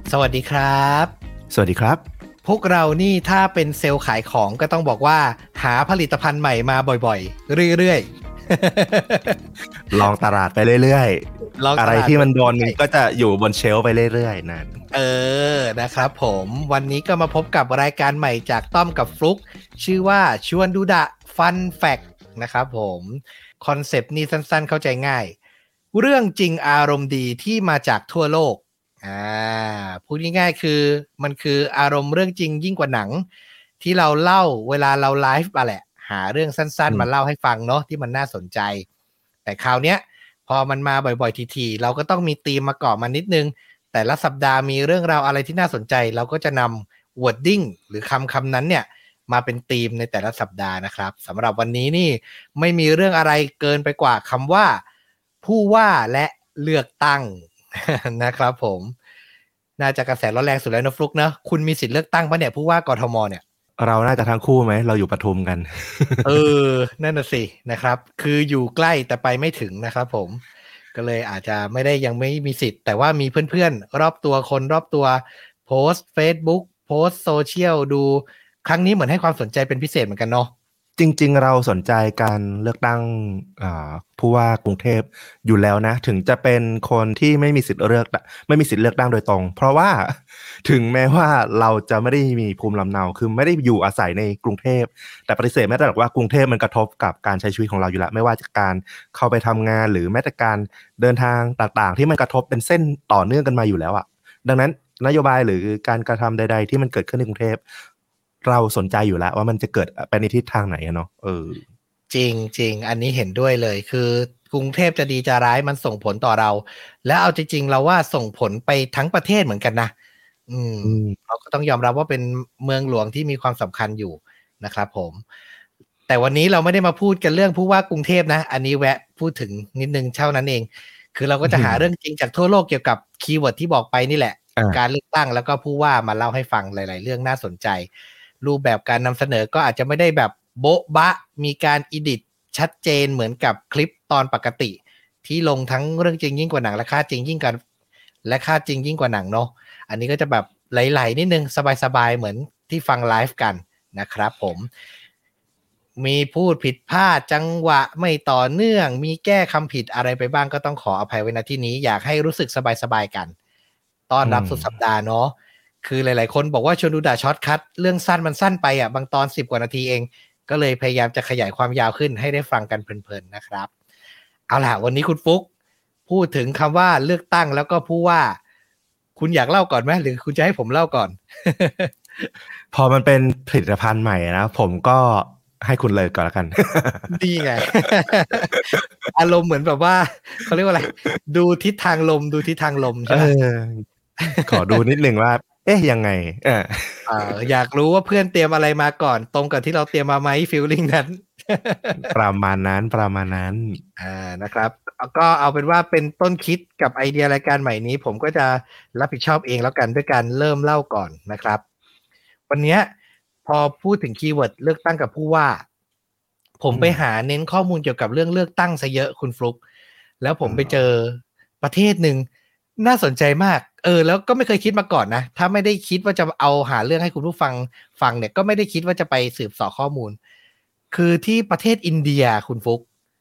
สวัสดีครับสวัสดีครับพวกเรานี่ถ้าเป็นเซลล์ขายของก็ต้องบอกว่าหาผลิตภัณฑ์ใหม่มาบ่อยๆเรื่อยลองตลาดไปเรื่อยๆลองๆอะไรตลาดไปที่มันโดนเรื่อยก็จะอยู่บนเชลฟ์ไปเรื่อยๆนั่นนะครับผมวันนี้ก็มาพบกับรายการใหม่จากต้อมกับฟลุกชื่อว่าชวนดูดะฟันแฟกนะครับผมคอนเซปต์นี้สั้นๆเข้าใจง่ายเรื่องจริงอารมณ์ดีที่มาจากทั่วโลกอ่าพูดง่ายๆคือมันคืออารมณ์เรื่องจริงยิ่งกว่าหนังที่เราเล่าเวลาเราไลฟ์มาแหละหาเรื่องสั้นๆมาเล่าให้ฟังเนาะที่มันน่าสนใจแต่คราวเนี้ยพอมันมาบ่อยๆทีๆเราก็ต้องมีธีมมาเกาะมันนิดนึงแต่ละสัปดาห์มีเรื่องราวอะไรที่น่าสนใจเราก็จะนำ wording หรือคำนั้นเนี่ยมาเป็นธีมในแต่ละสัปดาห์นะครับสำหรับวันนี้นี่ไม่มีเรื่องอะไรเกินไปกว่าคำว่าผู้ว่าและเลือกตั้ง นะครับผมน่าจะกระแสร้อนแรงสุดแล้วนะฟลุกนะคุณมีสิทธิ์เลือกตั้งปะเนี่ยผู้ว่ากทมเนี่ยเราน่าจะทั้งคู่ไหมเราอยู่ปทุมกันเออนั่นน่ะสินะครับคืออยู่ใกล้แต่ไปไม่ถึงนะครับผมก็เลยอาจจะไม่ได้ยังไม่มีสิทธิ์แต่ว่ามีเพื่อนๆรอบตัวคนรอบตัวโพสต์ Facebook โพสต์โซเชียลดูครั้งนี้เหมือนให้ความสนใจเป็นพิเศษเหมือนกันเนาะจริงๆเราสนใจการเลือกตั้งผู้ว่ากรุงเทพอยู่แล้วนะถึงจะเป็นคนที่ไม่มีสิทธิ์เลือกตั้งโดยตรงเพราะว่าถึงแม้ว่าเราจะไม่ได้มีภูมิลำเนาคือไม่ได้อยู่อาศัยในกรุงเทพแต่ปฏิเสธไม่ได้หรอกว่ากรุงเทพมันกระทบกับการใช้ชีวิตของเราอยู่แล้วไม่ว่าจากการเข้าไปทำงานหรือแม้แต่การเดินทางต่างๆที่มันกระทบเป็นเส้นต่อเนื่องกันมาอยู่แล้วอ่ะดังนั้นนโยบายหรือการกระทำใดๆที่มันเกิดขึ้นในกรุงเทพเราสนใจอยู่แล้วว่ามันจะเกิดไปในทิศทางไหนเนาะจริงจริงอันนี้เห็นด้วยเลยคือกรุงเทพจะดีจะร้ายมันส่งผลต่อเราแล้วเอาจริงๆเราว่าส่งผลไปทั้งประเทศเหมือนกันนะเราก็ต้องยอมรับว่าเป็นเมืองหลวงที่มีความสำคัญอยู่นะครับผมแต่วันนี้เราไม่ได้มาพูดกันเรื่องผู้ว่ากรุงเทพนะอันนี้แวะพูดถึงนิดนึงเท่านั้นเองคือเราก็จะหาเรื่องจริงจากทั่วโลกเกี่ยวกับคีย์เวิร์ดที่บอกไปนี่แหละการเลือกตั้งแล้วก็ผู้ว่ามาเล่าให้ฟังหลายๆเรื่องน่าสนใจรูปแบบการนำเสนอก็อาจจะไม่ได้แบบโบ๊ะบะมีการอีดิทชัดเจนเหมือนกับคลิปตอนปกติที่ลงทั้งเรื่องจริงยิ่งกว่าหนังและค่าจริงยิ่งกว่าหนังเนาะอันนี้ก็จะแบบไหลๆนิดนึงสบายๆเหมือนที่ฟังไลฟ์กันนะครับผมมีพูดผิดพลาดจังหวะไม่ต่อเนื่องมีแก้คำผิดอะไรไปบ้างก็ต้องขออภัยไว้ณที่นี้อยากให้รู้สึกสบายๆกันต้อนรับสุดสัปดาห์เนาะคือหลายๆคนบอกว่าชวนดูดะช็อตคัทเรื่องสั้นมันสั้นไปอ่ะบางตอน10 กว่านาทีเองก็เลยพยายามจะขยายความยาวขึ้นให้ได้ฟังกันเพลินๆนะครับเอาล่ะวันนี้คุณฟุกพูดถึงคำว่าเลือกตั้งแล้วก็ผู้ว่าคุณอยากเล่าก่อนไหมหรือคุณจะให้ผมเล่าก่อนพอมันเป็นผลิตภัณฑ์ใหม่นะผมก็ให้คุณเลยก่อนแล้วกันดีไง อารมณ์เหมือนแบบว่าเขาเรียกว่าอะไรดูทิศทางลมใช่ไหมขอดูนิดนึงว่าเอ๊ะยังไงอยากรู้ว่าเพื่อนเตรียมอะไรมาก่อนตรงกับที่เราเตรียมมาไหมฟีลลิ่งนั้นประมาณนั้นนะครับก็เอาเป็นว่าเป็นต้นคิดกับไอเดียรายการใหม่นี้ผมก็จะรับผิดชอบเองแล้วกันด้วยการเริ่มเล่าก่อนนะครับวันนี้พอพูดถึงคีย์เวิร์ดเลือกตั้งกับผู้ว่าผมไปหาเน้นข้อมูลเกี่ยวกับเรื่องเลือกตั้งซะเยอะคุณฟลุกแล้วผมไปเจอประเทศหนึ่งน่าสนใจมากแล้วก็ไม่เคยคิดมาก่อนนะถ้าไม่ได้คิดว่าจะเอาหาเรื่องให้คุณผู้ฟังเนี่ยก็ไม่ได้คิดว่าจะไปสืบเสาะข้อมูลคือที่ประเทศอินเดียคุณฟุก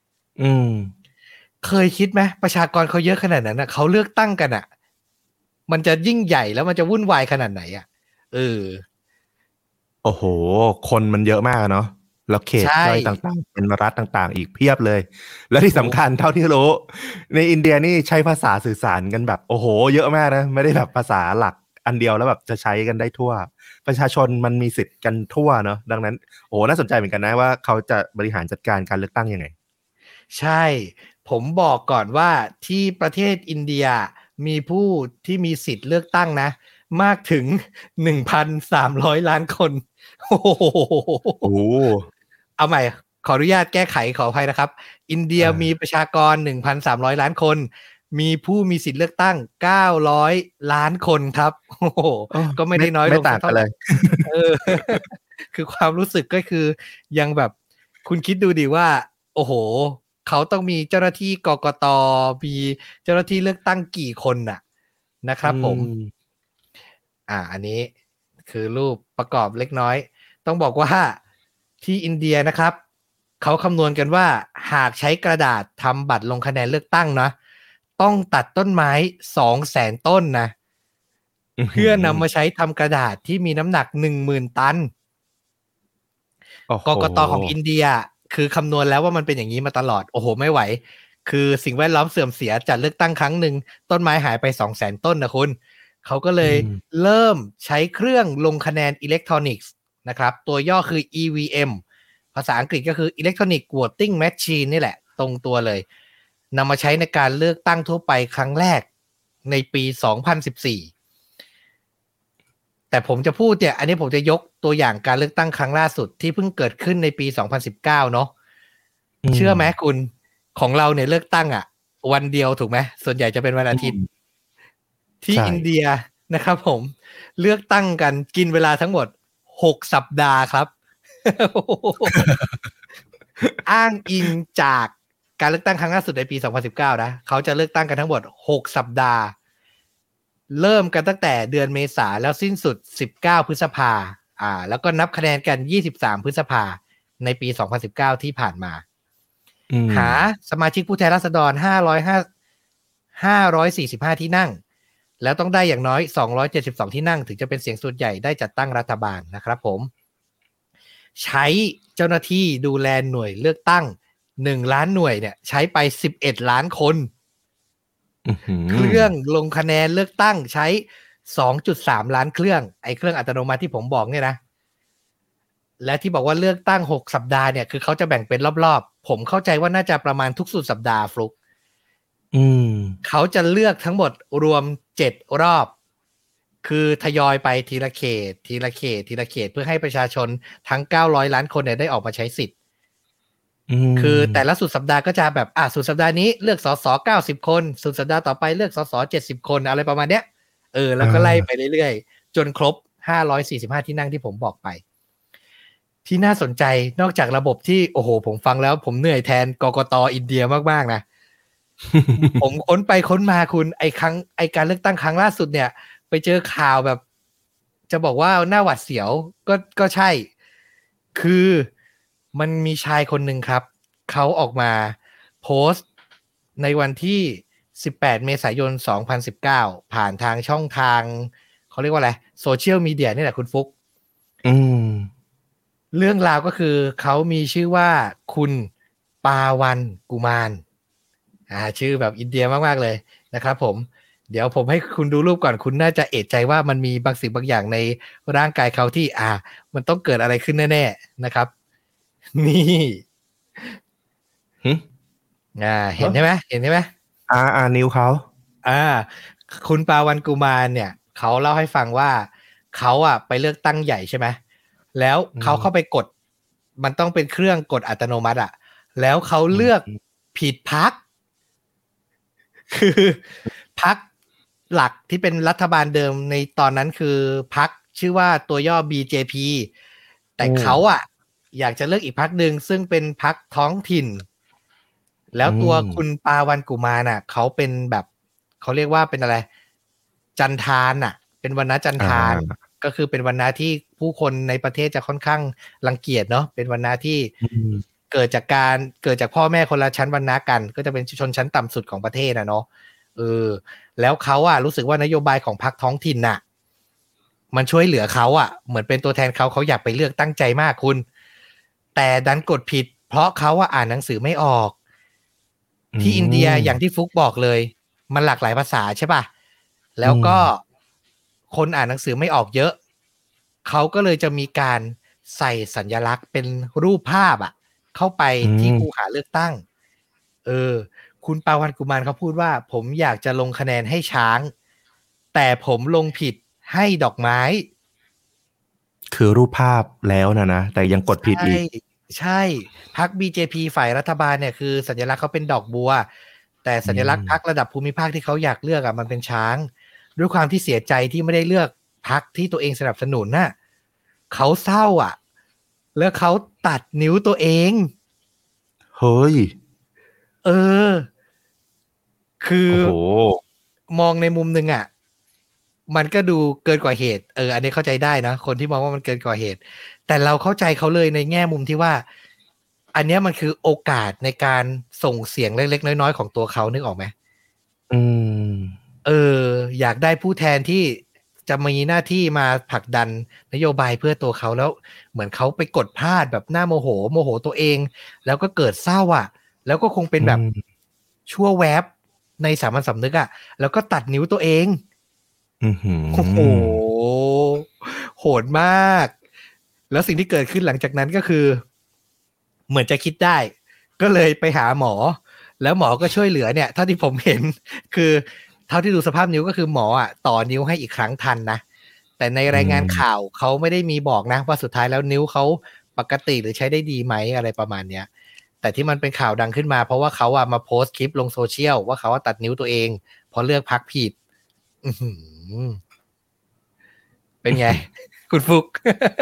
เคยคิดไหมประชากรเขาเยอะขนาดนั้นนะเขาเลือกตั้งกันอ่ะมันจะยิ่งใหญ่แล้วมันจะวุ่นวายขนาดไหนอ่ะโอ้โหคนมันเยอะมากเนาะแล้วเขตย่อยต่างๆเป็นรัฐต่างๆอีกเพียบเลยและที่สำคัญเท่าที่รู้ในอินเดียนี่ใช้ภาษาสื่อสารกันแบบโอ้โหเยอะมากนะไม่ได้แบบภาษาหลักอันเดียวแล้วแบบจะใช้กันได้ทั่วประชาชนมันมีสิทธิ์กันทั่วเนาะดังนั้นโอ้น่าสนใจเหมือนกันนะว่าเขาจะบริหารจัดการการเลือกตั้งยังไงใช่ผมบอกก่อนว่าที่ประเทศอินเดียมีผู้ที่มีสิทธิ์เลือกตั้งนะมากถึง 1,300 ล้านคนโอ้โหเอาใหม่ขออนุญาตแก้ไขขออภัยนะครับอินเดียมีประชากร 1,300 ล้านคนมีผู้มีสิทธิ์เลือกตั้ง900 ล้านคนครับโอ้โหก็ไม่ได้น้อยลงเท่าไหร่คือความรู้สึกก็คือยังแบบคุณคิดดูดิว่าโอ้โหเขาต้องมีเจ้าหน้าที่กกตมีเจ้าหน้าที่เลือกตั้งกี่คนน่ะนะครับผมอันนี้คือรูปประกอบเล็กน้อยต้องบอกว่าที่อินเดียนะครับเขาคำนวณกันว่าหากใช้กระดาษทำบัตรลงคะแนนเลือกตั้งนะต้องตัดต้นไม้ 200,000 ต้นนะเพื่อนำมาใช้ทำกระดาษที่มีน้ำหนัก 10,000 ตันกกต.ของอินเดียคือคำนวณแล้วว่ามันเป็นอย่างนี้มาตลอดโอ้โหไม่ไหวคือสิ่งแวดล้อมเสื่อมเสียจัดเลือกตั้งครั้งหนึ่งต้นไม้หายไป 200,000 ต้นนะคุณเขาก็เลยเริ่มใช้เครื่องลงคะแนนอิเล็กทรอนิกส์นะครับตัวย่อคือ EVM ภาษาอังกฤษก็คือ Electronic Voting Machine นี่แหละตรงตัวเลยนำมาใช้ในการเลือกตั้งทั่วไปครั้งแรกในปี 2014แต่ผมจะพูดเนี่ยอันนี้ผมจะยกตัวอย่างการเลือกตั้งครั้งล่าสุดที่เพิ่งเกิดขึ้นในปี 2019เนาะเชื่อไหมคุณของเราเนี่ยเลือกตั้งวันเดียวถูกไหมส่วนใหญ่จะเป็นวันอาทิตย์ที่อินเดียนะครับผมเลือกตั้งกันกินเวลาทั้งหมด6 สัปดาห์ครับ อ้างอิงจากการเลือกตั้งครั้งล่าสุดในปี 2019นะเขาจะเลือกตั้งกันทั้งหมด6 สัปดาห์เริ่มกันตั้งแต่เดือนเมษาแล้วสิ้นสุด19 พฤษภาแล้วก็นับคะแนนกัน23 พฤษภาในปี 2019ที่ผ่านมาหาสมาชิกผู้แทนราษฎร545ที่นั่งแล้วต้องได้อย่างน้อย272ที่นั่งถึงจะเป็นเสียงส่วนใหญ่ได้จัดตั้งรัฐบาลนะครับผมใช้เจ้าหน้าที่ดูแลหน่วยเลือกตั้ง1 ล้านหน่วยเนี่ยใช้ไป11 ล้านคนเครื่องลงคะแนนเลือกตั้งใช้ 2.3 ล้านเครื่องไอ้เครื่องอัตโนมัติที่ผมบอกเนี่ยนะและที่บอกว่าเลือกตั้ง6 สัปดาห์เนี่ยคือเขาจะแบ่งเป็นรอบๆผมเข้าใจว่าน่าจะประมาณทุกสุดสัปดาห์ฟลุกเขาจะเลือกทั้งหมดรวม7 รอบคือทยอยไปทีละเขตทีละเขตทีละเขตเพื่อให้ประชาชนทั้ง900 ล้านคนเนี่ยได้ออกมาใช้สิทธิ์คือแต่ละสุดสัปดาห์ก็จะแบบสุดสัปดาห์นี้เลือกสส90 คนสุดสัปดาห์ต่อไปเลือกสส70 คนอะไรประมาณเนี้ยแล้วก็ไล่ไปเรื่อยๆจนครบ545ที่นั่งที่ผมบอกไปที่น่าสนใจนอกจากระบบที่โอ้โหผมฟังแล้วผมเหนื่อยแทนกกต.อินเดียมากๆนะ ผมค้นไปค้นมาคุณไอการเลือกตั้งครั้งล่าสุดเนี่ยไปเจอข่าวแบบจะบอกว่าหน้าหวาดเสียวก็ใช่คือมันมีชายคนหนึ่งครับเขาออกมาโพสต์ในวันที่18 เมษายน 2019ผ่านทางช่องทางเขาเรียกว่าอะไรโซเชียลมีเดียนี่แหละคุณฟุกเรื่องราวก็คือเขามีชื่อว่าคุณปาวันกุมารชื่อแบบอินเดียมากๆเลยนะครับผมเดี๋ยวผมให้คุณดูรูปก่อนคุณน่าจะเอะใจว่ามันมีบางสิ่งบางอย่างในร่างกายเขาที่มันต้องเกิดอะไรขึ้นแน่ๆนะครับนี่เห็นใช่ไหมนิ้วเขาคุณปาวันกุมารเนี่ยเขาเล่าให้ฟังว่าเขาไปเลือกตั้งใหญ่ใช่ไหมแล้วเขาเข้าไปกดมันต้องเป็นเครื่องกดอัตโนมัติแล้วเขาเลือกผิดพรรคคือพรรคหลักที่เป็นรัฐบาลเดิมในตอนนั้นคือพรรคชื่อว่าตัวย่อ BJP แต่เขาอยากจะเลือกอีกพรรคหนึ่งซึ่งเป็นพรรคท้องถิ่นแล้วตัวคุณปาวันกุมารเขาเป็นแบบเขาเรียกว่าเป็นอะไรจันทานเป็นวรรณะจันทานก็คือเป็นวรรณะที่ผู้คนในประเทศจะค่อนข้างรังเกียจเนาะเป็นวรรณะที่เกิดจากพ่อแม่คนละชั้นวรรณะกันก็จะเป็นชนชั้นต่ำสุดของประเทศเนาะแล้วเขารู้สึกว่านโยบายของพรรคท้องถิ่นมันช่วยเหลือเขาเหมือนเป็นตัวแทนเขาอยากไปเลือกตั้งใจมากคุณแต่ดันกดผิดเพราะเขาอ่านหนังสือไม่ออกที่อินเดียอย่างที่ฟุกบอกเลยมันหลากหลายภาษาใช่ป่ะแล้วก็คนอ่านหนังสือไม่ออกเยอะเขาก็เลยจะมีการใส่สัญลักษณ์เป็นรูปภาพเข้าไปที่คูหาเลือกตั้งคุณปาวันกุมารเขาพูดว่าผมอยากจะลงคะแนนให้ช้างแต่ผมลงผิดให้ดอกไม้คือรูปภาพแล้วนะแต่ยังกดผิดอีกใช่พรรค BJP ฝ่ายรัฐบาลเนี่ยคือสัญลักษณ์เขาเป็นดอกบัวแต่สัญลักษณ์พรรคระดับภูมิภาคที่เขาอยากเลือกมันเป็นช้างด้วยความที่เสียใจที่ไม่ได้เลือกพรรคที่ตัวเองสนับสนุนเขาเศร้าแล้วเขาตัดนิ้วตัวเองเฮ้ยคือมองในมุมหนึ่งมันก็ดูเกินกว่าเหตุอันนี้เข้าใจได้นะคนที่มองว่ามันเกินกว่าเหตุแต่เราเข้าใจเขาเลยในแง่มุมที่ว่าอันนี้มันคือโอกาสในการส่งเสียงเล็กๆน้อยๆของตัวเขานึกออกไหมอยากได้ผู้แทนที่จะมีหน้าที่มาผลักดันนโยบายเพื่อตัวเขาแล้วเหมือนเขาไปกดพลาดแบบหน้าโมโหตัวเองแล้วก็เกิดเศร้าแล้วก็คงเป็นแบบชั่วแวบในสามัญสำนึกแล้วก็ตัดนิ้วตัวเองโอ้โหโหดมากแล้วสิ่งที่เกิดขึ้นหลังจากนั้นก็คือเหมือนจะคิดได้ก็เลยไปหาหมอแล้วหมอก็ช่วยเหลือเนี่ยเท่าที่ผมเห็นคือเท่าที่ดูสภาพนิ้วก็คือหมอต่อนิ้วให้อีกครั้งทันนะแต่ในรายงานข่าวเขาไม่ได้มีบอกนะว่าสุดท้ายแล้วนิ้วเขาปกติหรือใช้ได้ดีไหมอะไรประมาณเนี้ยแต่ที่มันเป็นข่าวดังขึ้นมาเพราะว่าเขามาโพสต์คลิปลงโซเชียลว่าเขาตัดนิ้วตัวเองเพราะเลือกพักผิดเป็นไง คุณฟุก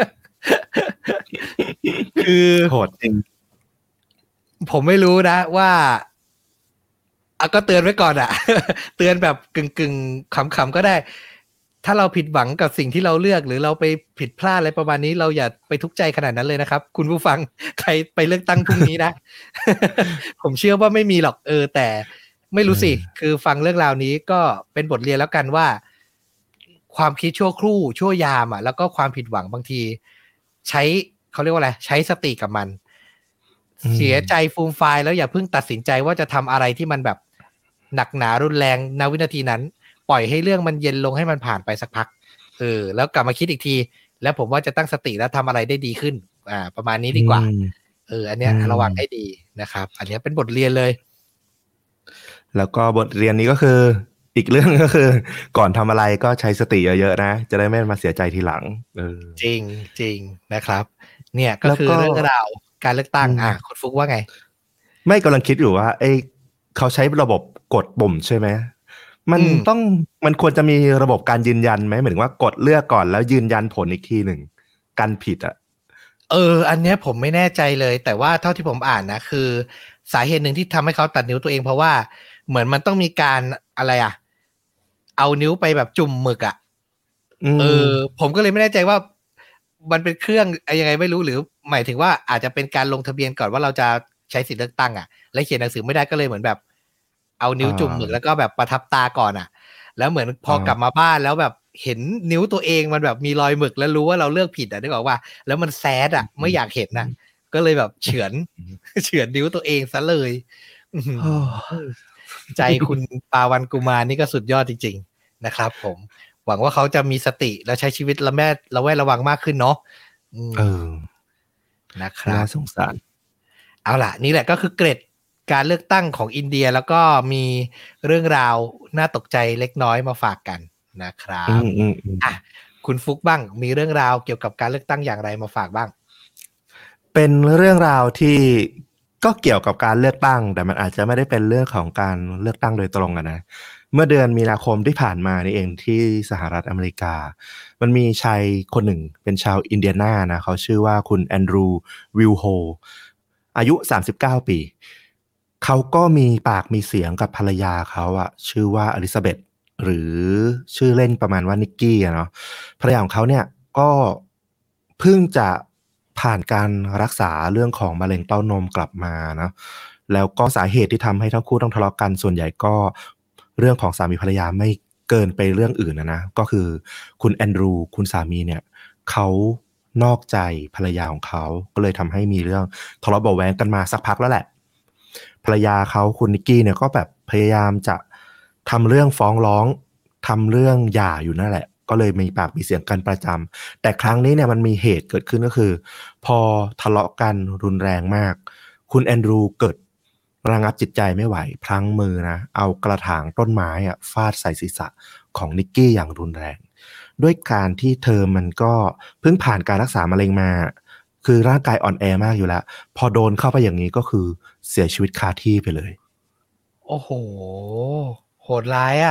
คือโหดจริงผมไม่รู้นะว่าก็เตือนไว้ก่อนเตือนแบบกึ่งขำๆก็ได้ถ้าเราผิดหวังกับสิ่งที่เราเลือกหรือเราไปผิดพลาดอะไรประมาณนี้เราอย่าไปทุกข์ใจขนาดนั้นเลยนะครับคุณผู้ฟังใครไปเลือกตั้งพรุ่งนี้นะ ผมเชื่อว่าไม่มีหรอกแต่ไม่รู้สิคือฟังเรื่องราวนี้ก็เป็นบทเรียนแล้วกันว่าความคิดชั่วครู่ชั่วยามแล้วก็ความผิดหวังบางทีใช้เขาเรียกว่าอะไรใช้สติกับมันเสียใจฟูมฟายแล้วอย่าเพิ่งตัดสินใจว่าจะทำอะไรที่มันแบบหนักหนารุนแรงณวินาทีนั้นปล่อยให้เรื่องมันเย็นลงให้มันผ่านไปสักพักแล้วกลับมาคิดอีกทีแล้วผมว่าจะตั้งสติแล้วทำอะไรได้ดีขึ้นประมาณนี้ดีกว่าอันเนี้ยระวังให้ดีนะครับอันนี้เป็นบทเรียนเลยแล้วก็บทเรียนนี้ก็คืออีกเรื่องก็คือก่อนทำอะไรก็ใช้สติเยอะๆนะจะได้ไม่มาเสียใจทีหลังจริงจริงนะครับเนี่ยก็คือเรื่องราวการเลือกตั้งคุณฟุกว่าไงไม่กำลังคิดอยู่ว่าเขาใช้ระบบกดปุ่มใช่ไหมมันควรจะมีระบบการยืนยันไหมเหมือนว่ากดเลือกก่อนแล้วยืนยันผลอีกทีหนึ่งกันผิดอันเนี้ยผมไม่แน่ใจเลยแต่ว่าเท่าที่ผมอ่านนะคือสาเหตุหนึ่งที่ทำให้เขาตัดนิ้วตัวเองเพราะว่าเหมือนมันต้องมีการอะไรเอานิ้วไปแบบจุ่มหมึกผมก็เลยไม่แน่ใจว่ามันเป็นเครื่องยังไงไม่รู้หรือหมายถึงว่าอาจจะเป็นการลงทะเบียนก่อนว่าเราจะใช้สิทธิ์เลือกตั้งและเขียนหนังสือไม่ได้ก็เลยเหมือนแบบเอานิ้วจุ่มหมึกแล้วก็แบบประทับตาก่อนแล้วเหมือนพอกลับมาบ้านแล้วแบบเห็นนิ้วตัวเองมันแบบมีรอยหมึกแล้วรู้ว่าเราเลือกผิดนึกออกว่าแล้วมันแซดไม่อยากเห็นก็เลยแบบเฉือนนิ้วตัวเองซะเลยใจคุณปาวันกุมารนี่ก็สุดยอดจริงๆนะครับผมหวังว่าเขาจะมีสติและใช้ชีวิตระแวดระวังมากขึ้นเนาะนะครับน่าสงสารเอาล่ะนี่แหละก็คือเกร็ดการเลือกตั้งของอินเดียแล้วก็มีเรื่องราวน่าตกใจเล็กน้อยมาฝากกันนะครับคุณฟุกบ้างมีเรื่องราวเกี่ยวกับการเลือกตั้งอย่างไรมาฝากบ้างเป็นเรื่องราวที่ก็เกี่ยวกับการเลือกตั้งแต่มันอาจจะไม่ได้เป็นเรื่องของการเลือกตั้งโดยตรงนะเมื่อเดือนมีนาคมที่ผ่านมานี่เองที่สหรัฐอเมริกามันมีชายคนหนึ่งเป็นชาวอินเดียนานะเขาชื่อว่าคุณแอนดรูว์วิลโฮอายุ39ปีเขาก็มีปากมีเสียงกับภรรยาเขาชื่อว่าอลิซาเบธหรือชื่อเล่นประมาณว่านิกกี้เนาะภรรยาของเขาเนี่ยก็เพิ่งจะผ่านการรักษาเรื่องของมะเร็งเต้านมกลับมานะแล้วก็สาเหตุที่ทำให้ทั้งคู่ต้องทะเลาะกันส่วนใหญ่ก็เรื่องของสามีภรรยาไม่เกินไปเรื่องอื่นนะก็คือคุณแอนดรูว์คุณสามีเนี่ยเขานอกใจภรรยาของเขาก็เลยทำให้มีเรื่องทะเลาะเบาะแว้งกันมาสักพักแล้วแหละภรรยาเขาคุณนิกกี้เนี่ยก็แบบพยายามจะทำเรื่องฟ้องร้องทำเรื่องหย่าอยู่นั่นแหละก็เลยมีปากมีเสียงกันประจำแต่ครั้งนี้เนี่ยมันมีเหตุเกิดขึ้นก็คือพอทะเลาะกันรุนแรงมากคุณแอนดรูว์เกิดระงับจิตใจไม่ไหวพลั้งมือนะเอากระถางต้นไม้ฟาดใส่ศีรษะของนิกกี้อย่างรุนแรงด้วยการที่เธอมันก็เพิ่งผ่านการรักษามะเร็งมาคือร่างกายอ่อนแอมากอยู่แล้วพอโดนเข้าไปอย่างนี้ก็คือเสียชีวิตคาที่ไปเลยโอ้โหโหดร้าย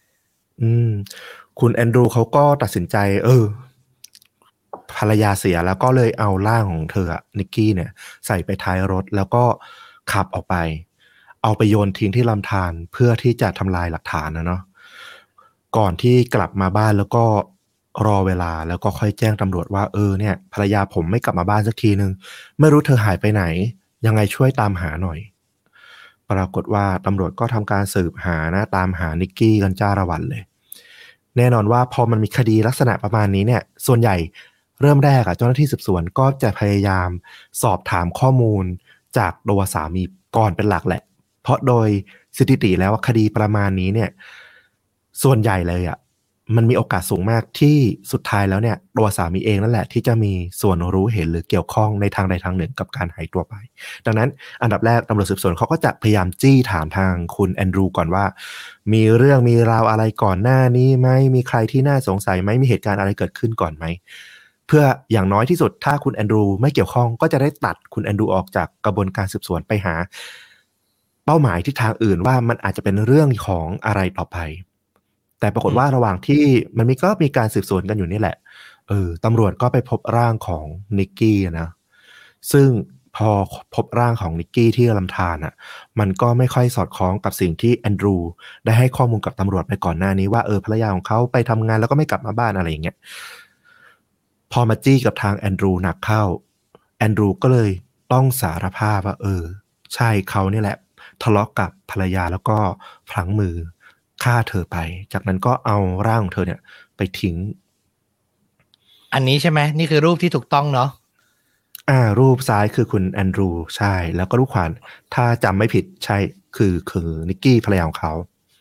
คุณแอนดรูว์เขาก็ตัดสินใจภรรยาเสียแล้วก็เลยเอาร่างของเธอนิกกี้เนี่ยใส่ไปท้ายรถแล้วก็ขับออกไปเอาไปโยนทิ้งที่ลำธารเพื่อที่จะทำลายหลักฐานนะเนาะก่อนที่กลับมาบ้านแล้วก็รอเวลาแล้วก็ค่อยแจ้งตำรวจว่าเนี่ยภรรยาผมไม่กลับมาบ้านสักทีนึงไม่รู้เธอหายไปไหนยังไงช่วยตามหาหน่อยปรากฏว่าตำรวจก็ทำการสืบหานะตามหานิกกี้กันจ้าละวันเลยแน่นอนว่าพอมันมีคดีลักษณะประมาณนี้เนี่ยส่วนใหญ่เริ่มแรกเจ้าหน้าที่สืบสวนก็จะพยายามสอบถามข้อมูลจากตัวสามีก่อนเป็นหลักแหละเพราะโดยสถิติแล้วคดีประมาณนี้เนี่ยส่วนใหญ่เลยมันมีโอกาสสูงมากที่สุดท้ายแล้วเนี่ยตัวสามีเองนั่นแหละที่จะมีส่วนรู้เห็นหรือเกี่ยวข้องในทางใดทางหนึ่งกับการหายตัวไปดังนั้นอันดับแรกตำรวจสืบสวนเขาก็จะพยายามจี้ถามทางคุณแอนดรูก่อนว่ามีเรื่องมีราวอะไรก่อนหน้านี้ไหมมีใครที่น่าสงสัยไหมมีเหตุการณ์อะไรเกิดขึ้นก่อนไหมเพื่ออย่างน้อยที่สุดถ้าคุณแอนดรูไม่เกี่ยวข้องก็จะได้ตัดคุณแอนดรูออกจากกระบวนการสืบสวนไปหาเป้าหมายที่ทางอื่นว่ามันอาจจะเป็นเรื่องของอะไรต่อไปแต่ปรากฏว่าระหว่างที่มันก็มีการสืบสวนกันอยู่นี่แหละตำรวจก็ไปพบร่างของนิกกี้นะซึ่งพอพบร่างของนิกกี้ที่ลำธารมันก็ไม่ค่อยสอดคล้องกับสิ่งที่แอนดรูได้ให้ข้อมูลกับตำรวจไปก่อนหน้านี้ว่าภรรยาของเขาไปทำงานแล้วก็ไม่กลับมาบ้านอะไรอย่างเงี้ยพอมาจี้กับทางแอนดรูหนักเข้าแอนดรูก็เลยต้องสารภาพว่าใช่เขานี่แหละทะเลาะกับภรรยาแล้วก็พลั้งมือฆ่าเธอไปจากนั้นก็เอาร่างของเธอเนี่ยไปทิ้งอันนี้ใช่ไหมนี่คือรูปที่ถูกต้องเนาะรูปซ้ายคือคุณแอนดรูใช่แล้วก็รูปขวาถ้าจำไม่ผิดใช่คือนิกกี้ภรรยาของเขา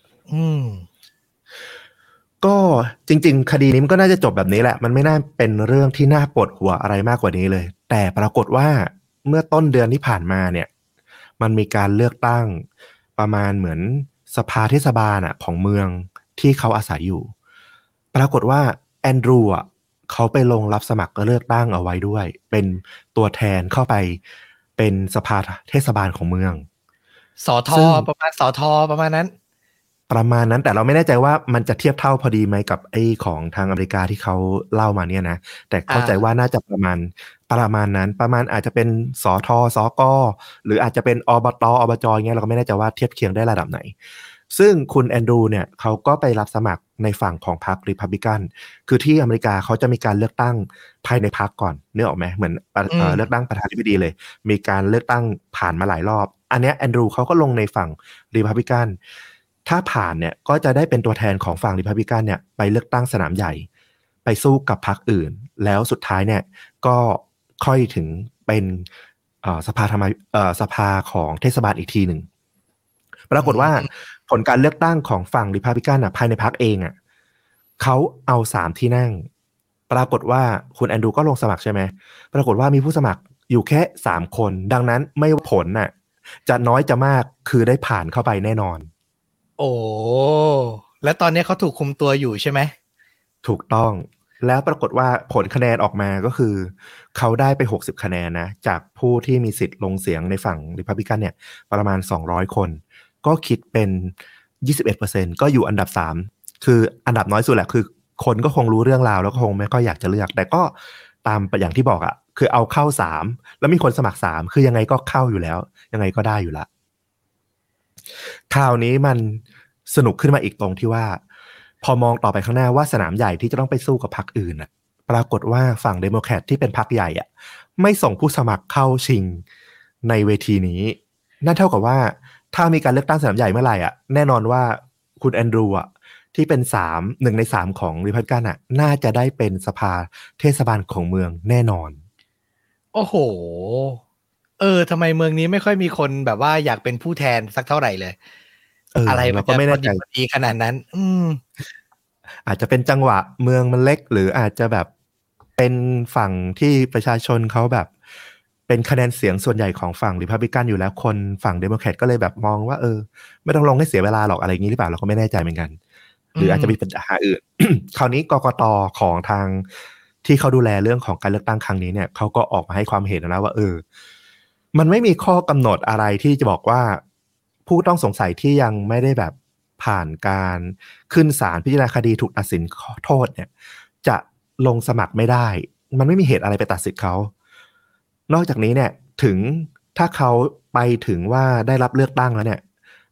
ก็จริงๆคดีนี้มันก็น่าจะจบแบบนี้แหละมันไม่น่าเป็นเรื่องที่น่าปวดหัวอะไรมากกว่านี้เลยแต่ปรากฏว่าเมื่อต้นเดือนที่ผ่านมาเนี่ยมันมีการเลือกตั้งประมาณเหมือนสภาเทศบาลของเมืองที่เขาอาศัยอยู่ปรากฏว่าแอนดรูเขาไปลงรับสมัครเลือกตั้งเอาไว้ด้วยเป็นตัวแทนเข้าไปเป็นสภาเทศบาลของเมืองสทประมาณสทประมาณนั้นแต่เราไม่แน่ใจว่ามันจะเทียบเท่าพอดีไหมกับไอ้ของทางอเมริกาที่เขาเล่ามาเนี่ยนะแต่เข้าใจว่าน่าจะประมาณนั้นประมาณอาจจะเป็นสทสกหรืออาจจะเป็นอบตอบจเงี้ยเราก็ไม่แน่ใจว่าเทียบเคียงได้ระดับไหนซึ่งคุณแอนดรูเนี่ยเขาก็ไปรับสมัครในฝั่งของพรรครีพับลิกันคือที่อเมริกาเขาจะมีการเลือกตั้งภายในพรรคก่อนนึกออกไหมเหมือนเลือกตั้งประธานาธิบดีเลยมีการเลือกตั้งผ่านมาหลายรอบอันเนี้ยแอนดรูเขาก็ลงในฝั่งรีพับลิกันถ้าผ่านเนี่ยก็จะได้เป็นตัวแทนของฝั่งรีพับลิกันเนี่ยไปเลือกตั้งสนามใหญ่ไปสู้กับพรรคอื่นแล้วสุดท้ายเนี่ยก็ค่อยถึงเป็นสภาของเทศบาลอีกทีหนึ่งปรากฏว่าผลการเลือกตั้งของฝั่งรีพับลิกันภายในพรรคเองเขาเอา3ที่นั่งปรากฏว่าคุณแอนดรูก็ลงสมัครใช่ไหมปรากฏว่ามีผู้สมัครอยู่แค่3คนดังนั้นไม่ว่าผลจะน้อยจะมากคือได้ผ่านเข้าไปแน่นอนโอ้แล้วตอนนี้เขาถูกคุมตัวอยู่ใช่ไหมถูกต้องแล้วปรากฏว่าผลคะแนนออกมาก็คือเขาได้ไป60คะแนนนะจากผู้ที่มีสิทธิ์ลงเสียงในฝั่งรีพับลิกันเนี่ยประมาณ200คนก็คิดเป็น 21% ก็อยู่อันดับ3คืออันดับน้อยสุดแหละคือคนก็คงรู้เรื่องราวแล้วก็คงไม่ค่อยอยากจะเลือกแต่ก็ตามอย่างที่บอกคือเอาเข้า3แล้วมีคนสมัคร3คือยังไงก็เข้าอยู่แล้วยังไงก็ได้อยู่ละข่าวนี้มันสนุกขึ้นมาอีกตรงที่ว่าพอมองต่อไปข้างหน้าว่าสนามใหญ่ที่จะต้องไปสู้กับพรรคอื่นปรากฏว่าฝั่งเดโมแครตที่เป็นพรรคใหญ่ไม่ส่งผู้สมัครเข้าชิงในเวทีนี้นั่นเท่ากับว่าถ้ามีการเลือกตั้งสนามใหญ่เมื่อไหร่แน่นอนว่าคุณแอนดรูที่เป็น1 ใน 3ของรีพับลิกันน่าจะได้เป็นสภาเทศบาลของเมืองแน่นอนโอ้โหทำไมเมืองนี้ไม่ค่อยมีคนแบบว่าอยากเป็นผู้แทนสักเท่าไหร่เลยอะไรมันจะพอดีขนาดนั้นอาจจะเป็นจังหวะเมืองมันเล็กหรืออาจจะแบบเป็นฝั่งที่ประชาชนเขาแบบเป็นคะแนนเสียงส่วนใหญ่ของฝั่งรีพับลิกันอยู่แล้วคนฝั่งเดโมแครตก็เลยแบบมองว่าไม่ต้องลงให้เสียเวลาหรอกอะไรอย่างนี้หรือเปล่าเราก็ไม่แน่ใจเหมือนกันหรืออาจจะมีปัญหาอื่น คราวนี้กกต.ของทางที่เขาดูแลเรื่องของการเลือกตั้งครั้งนี้เนี่ยเขาก็ออกมาให้ความเห็นนะว่ามันไม่มีข้อกำหนดอะไรที่จะบอกว่าผู้ต้องสงสัยที่ยังไม่ได้แบบผ่านการขึ้นศาลพิจารณาคดีถูกตัดสินโทษเนี่ยจะลงสมัครไม่ได้มันไม่มีเหตุอะไรไปตัดสินเขานอกจากนี้เนี่ยถึงถ้าเขาไปถึงว่าได้รับเลือกตั้งแล้วเนี่ย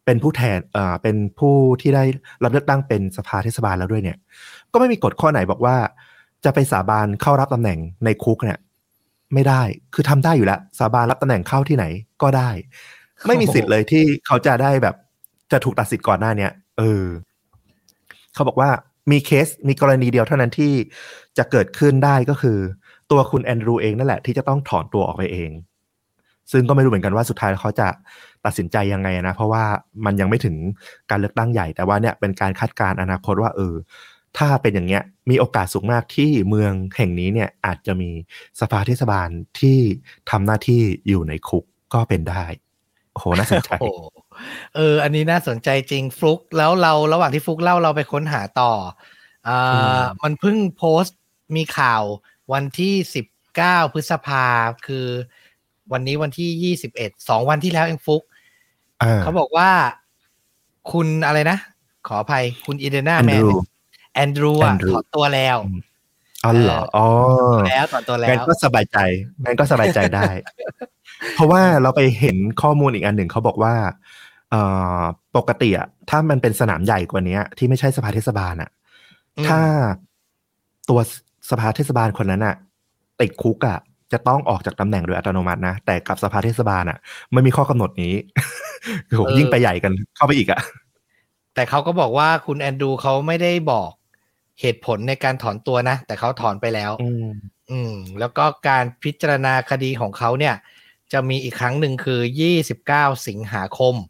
เป็นผู้แทนเป็นผู้ที่ได้รับเลือกตั้งเป็นสภาเทศบาลแล้วด้วยเนี่ยก็ไม่มีกฎข้อไหนบอกว่าจะไปสาบานเข้ารับตำแหน่งในคุกเนี่ยไม่ได้คือทำได้อยู่แล้วสาบานรับตำแหน่งเข้าที่ไหนก็ได้ไม่มีสิทธิ์เลยที่เขาจะได้แบบจะถูกตัดสิทธิ์ก่อนหน้าเนี้ยเขาบอกว่ามีกรณีเดียวเท่านั้นที่จะเกิดขึ้นได้ก็คือตัวคุณแอนดรูเองนั่นแหละที่จะต้องถอนตัวออกไปเองซึ่งก็ไม่รู้เหมือนกันว่าสุดท้ายเขาจะตัดสินใจยังไงนะเพราะว่ามันยังไม่ถึงการเลือกตั้งใหญ่แต่ว่าเนี่ยเป็นการคาดการณ์อนาคตว่าถ้าเป็นอย่างเงี้ยมีโอกาสสูงมากที่เมืองแห่งนี้เนี่ยอาจจะมีสภาเทศบาลที่ทำหน้าที่อยู่ในคุกก็เป็นได้โอ้โหน่าสนใจอันนี้น่าสนใจจริงฟลุกแล้วเราระหว่างที่ฟลุกเล่าเราไปค้นหาต่อมันเพิ่งโพสต์มีข่าววันที่19พฤษภาคือวันนี้วันที่21 2วันที่แล้วเองฟลุกเขาบอกว่าคุณอะไรนะขออภัยคุณอีเดน่าแมนแอนดรูถอนตัวแล้วอ๋อเหรออ๋อถอนตัวแล้วงั้นก็สบายใจได้ เพราะว่าเราไปเห็นข้อมูลอีกอันหนึ่งเขาบอกว่าปกติถ้ามันเป็นสนามใหญ่กว่านี้ที่ไม่ใช่สภาเทศบาลถ้าตัวสภาเทศบาลคนนั้นติดคุกจะต้องออกจากตำแหน่งโดยอัตโนมัตินะแต่กับสภาเทศบาลไม่มีข้อกำหนดนี้โหยิ่งไปใหญ่กันเข้าไปอีกแต่เขาก็บอกว่าคุณแอนดรูเขาไม่ได้บอกเหตุผลในการถอนตัวนะแต่เขาถอนไปแล้วแล้วก็การพิจารณาคดีของเขาเนี่ยจะมีอีกครั้งหนึ่งคือ29สิงหาคม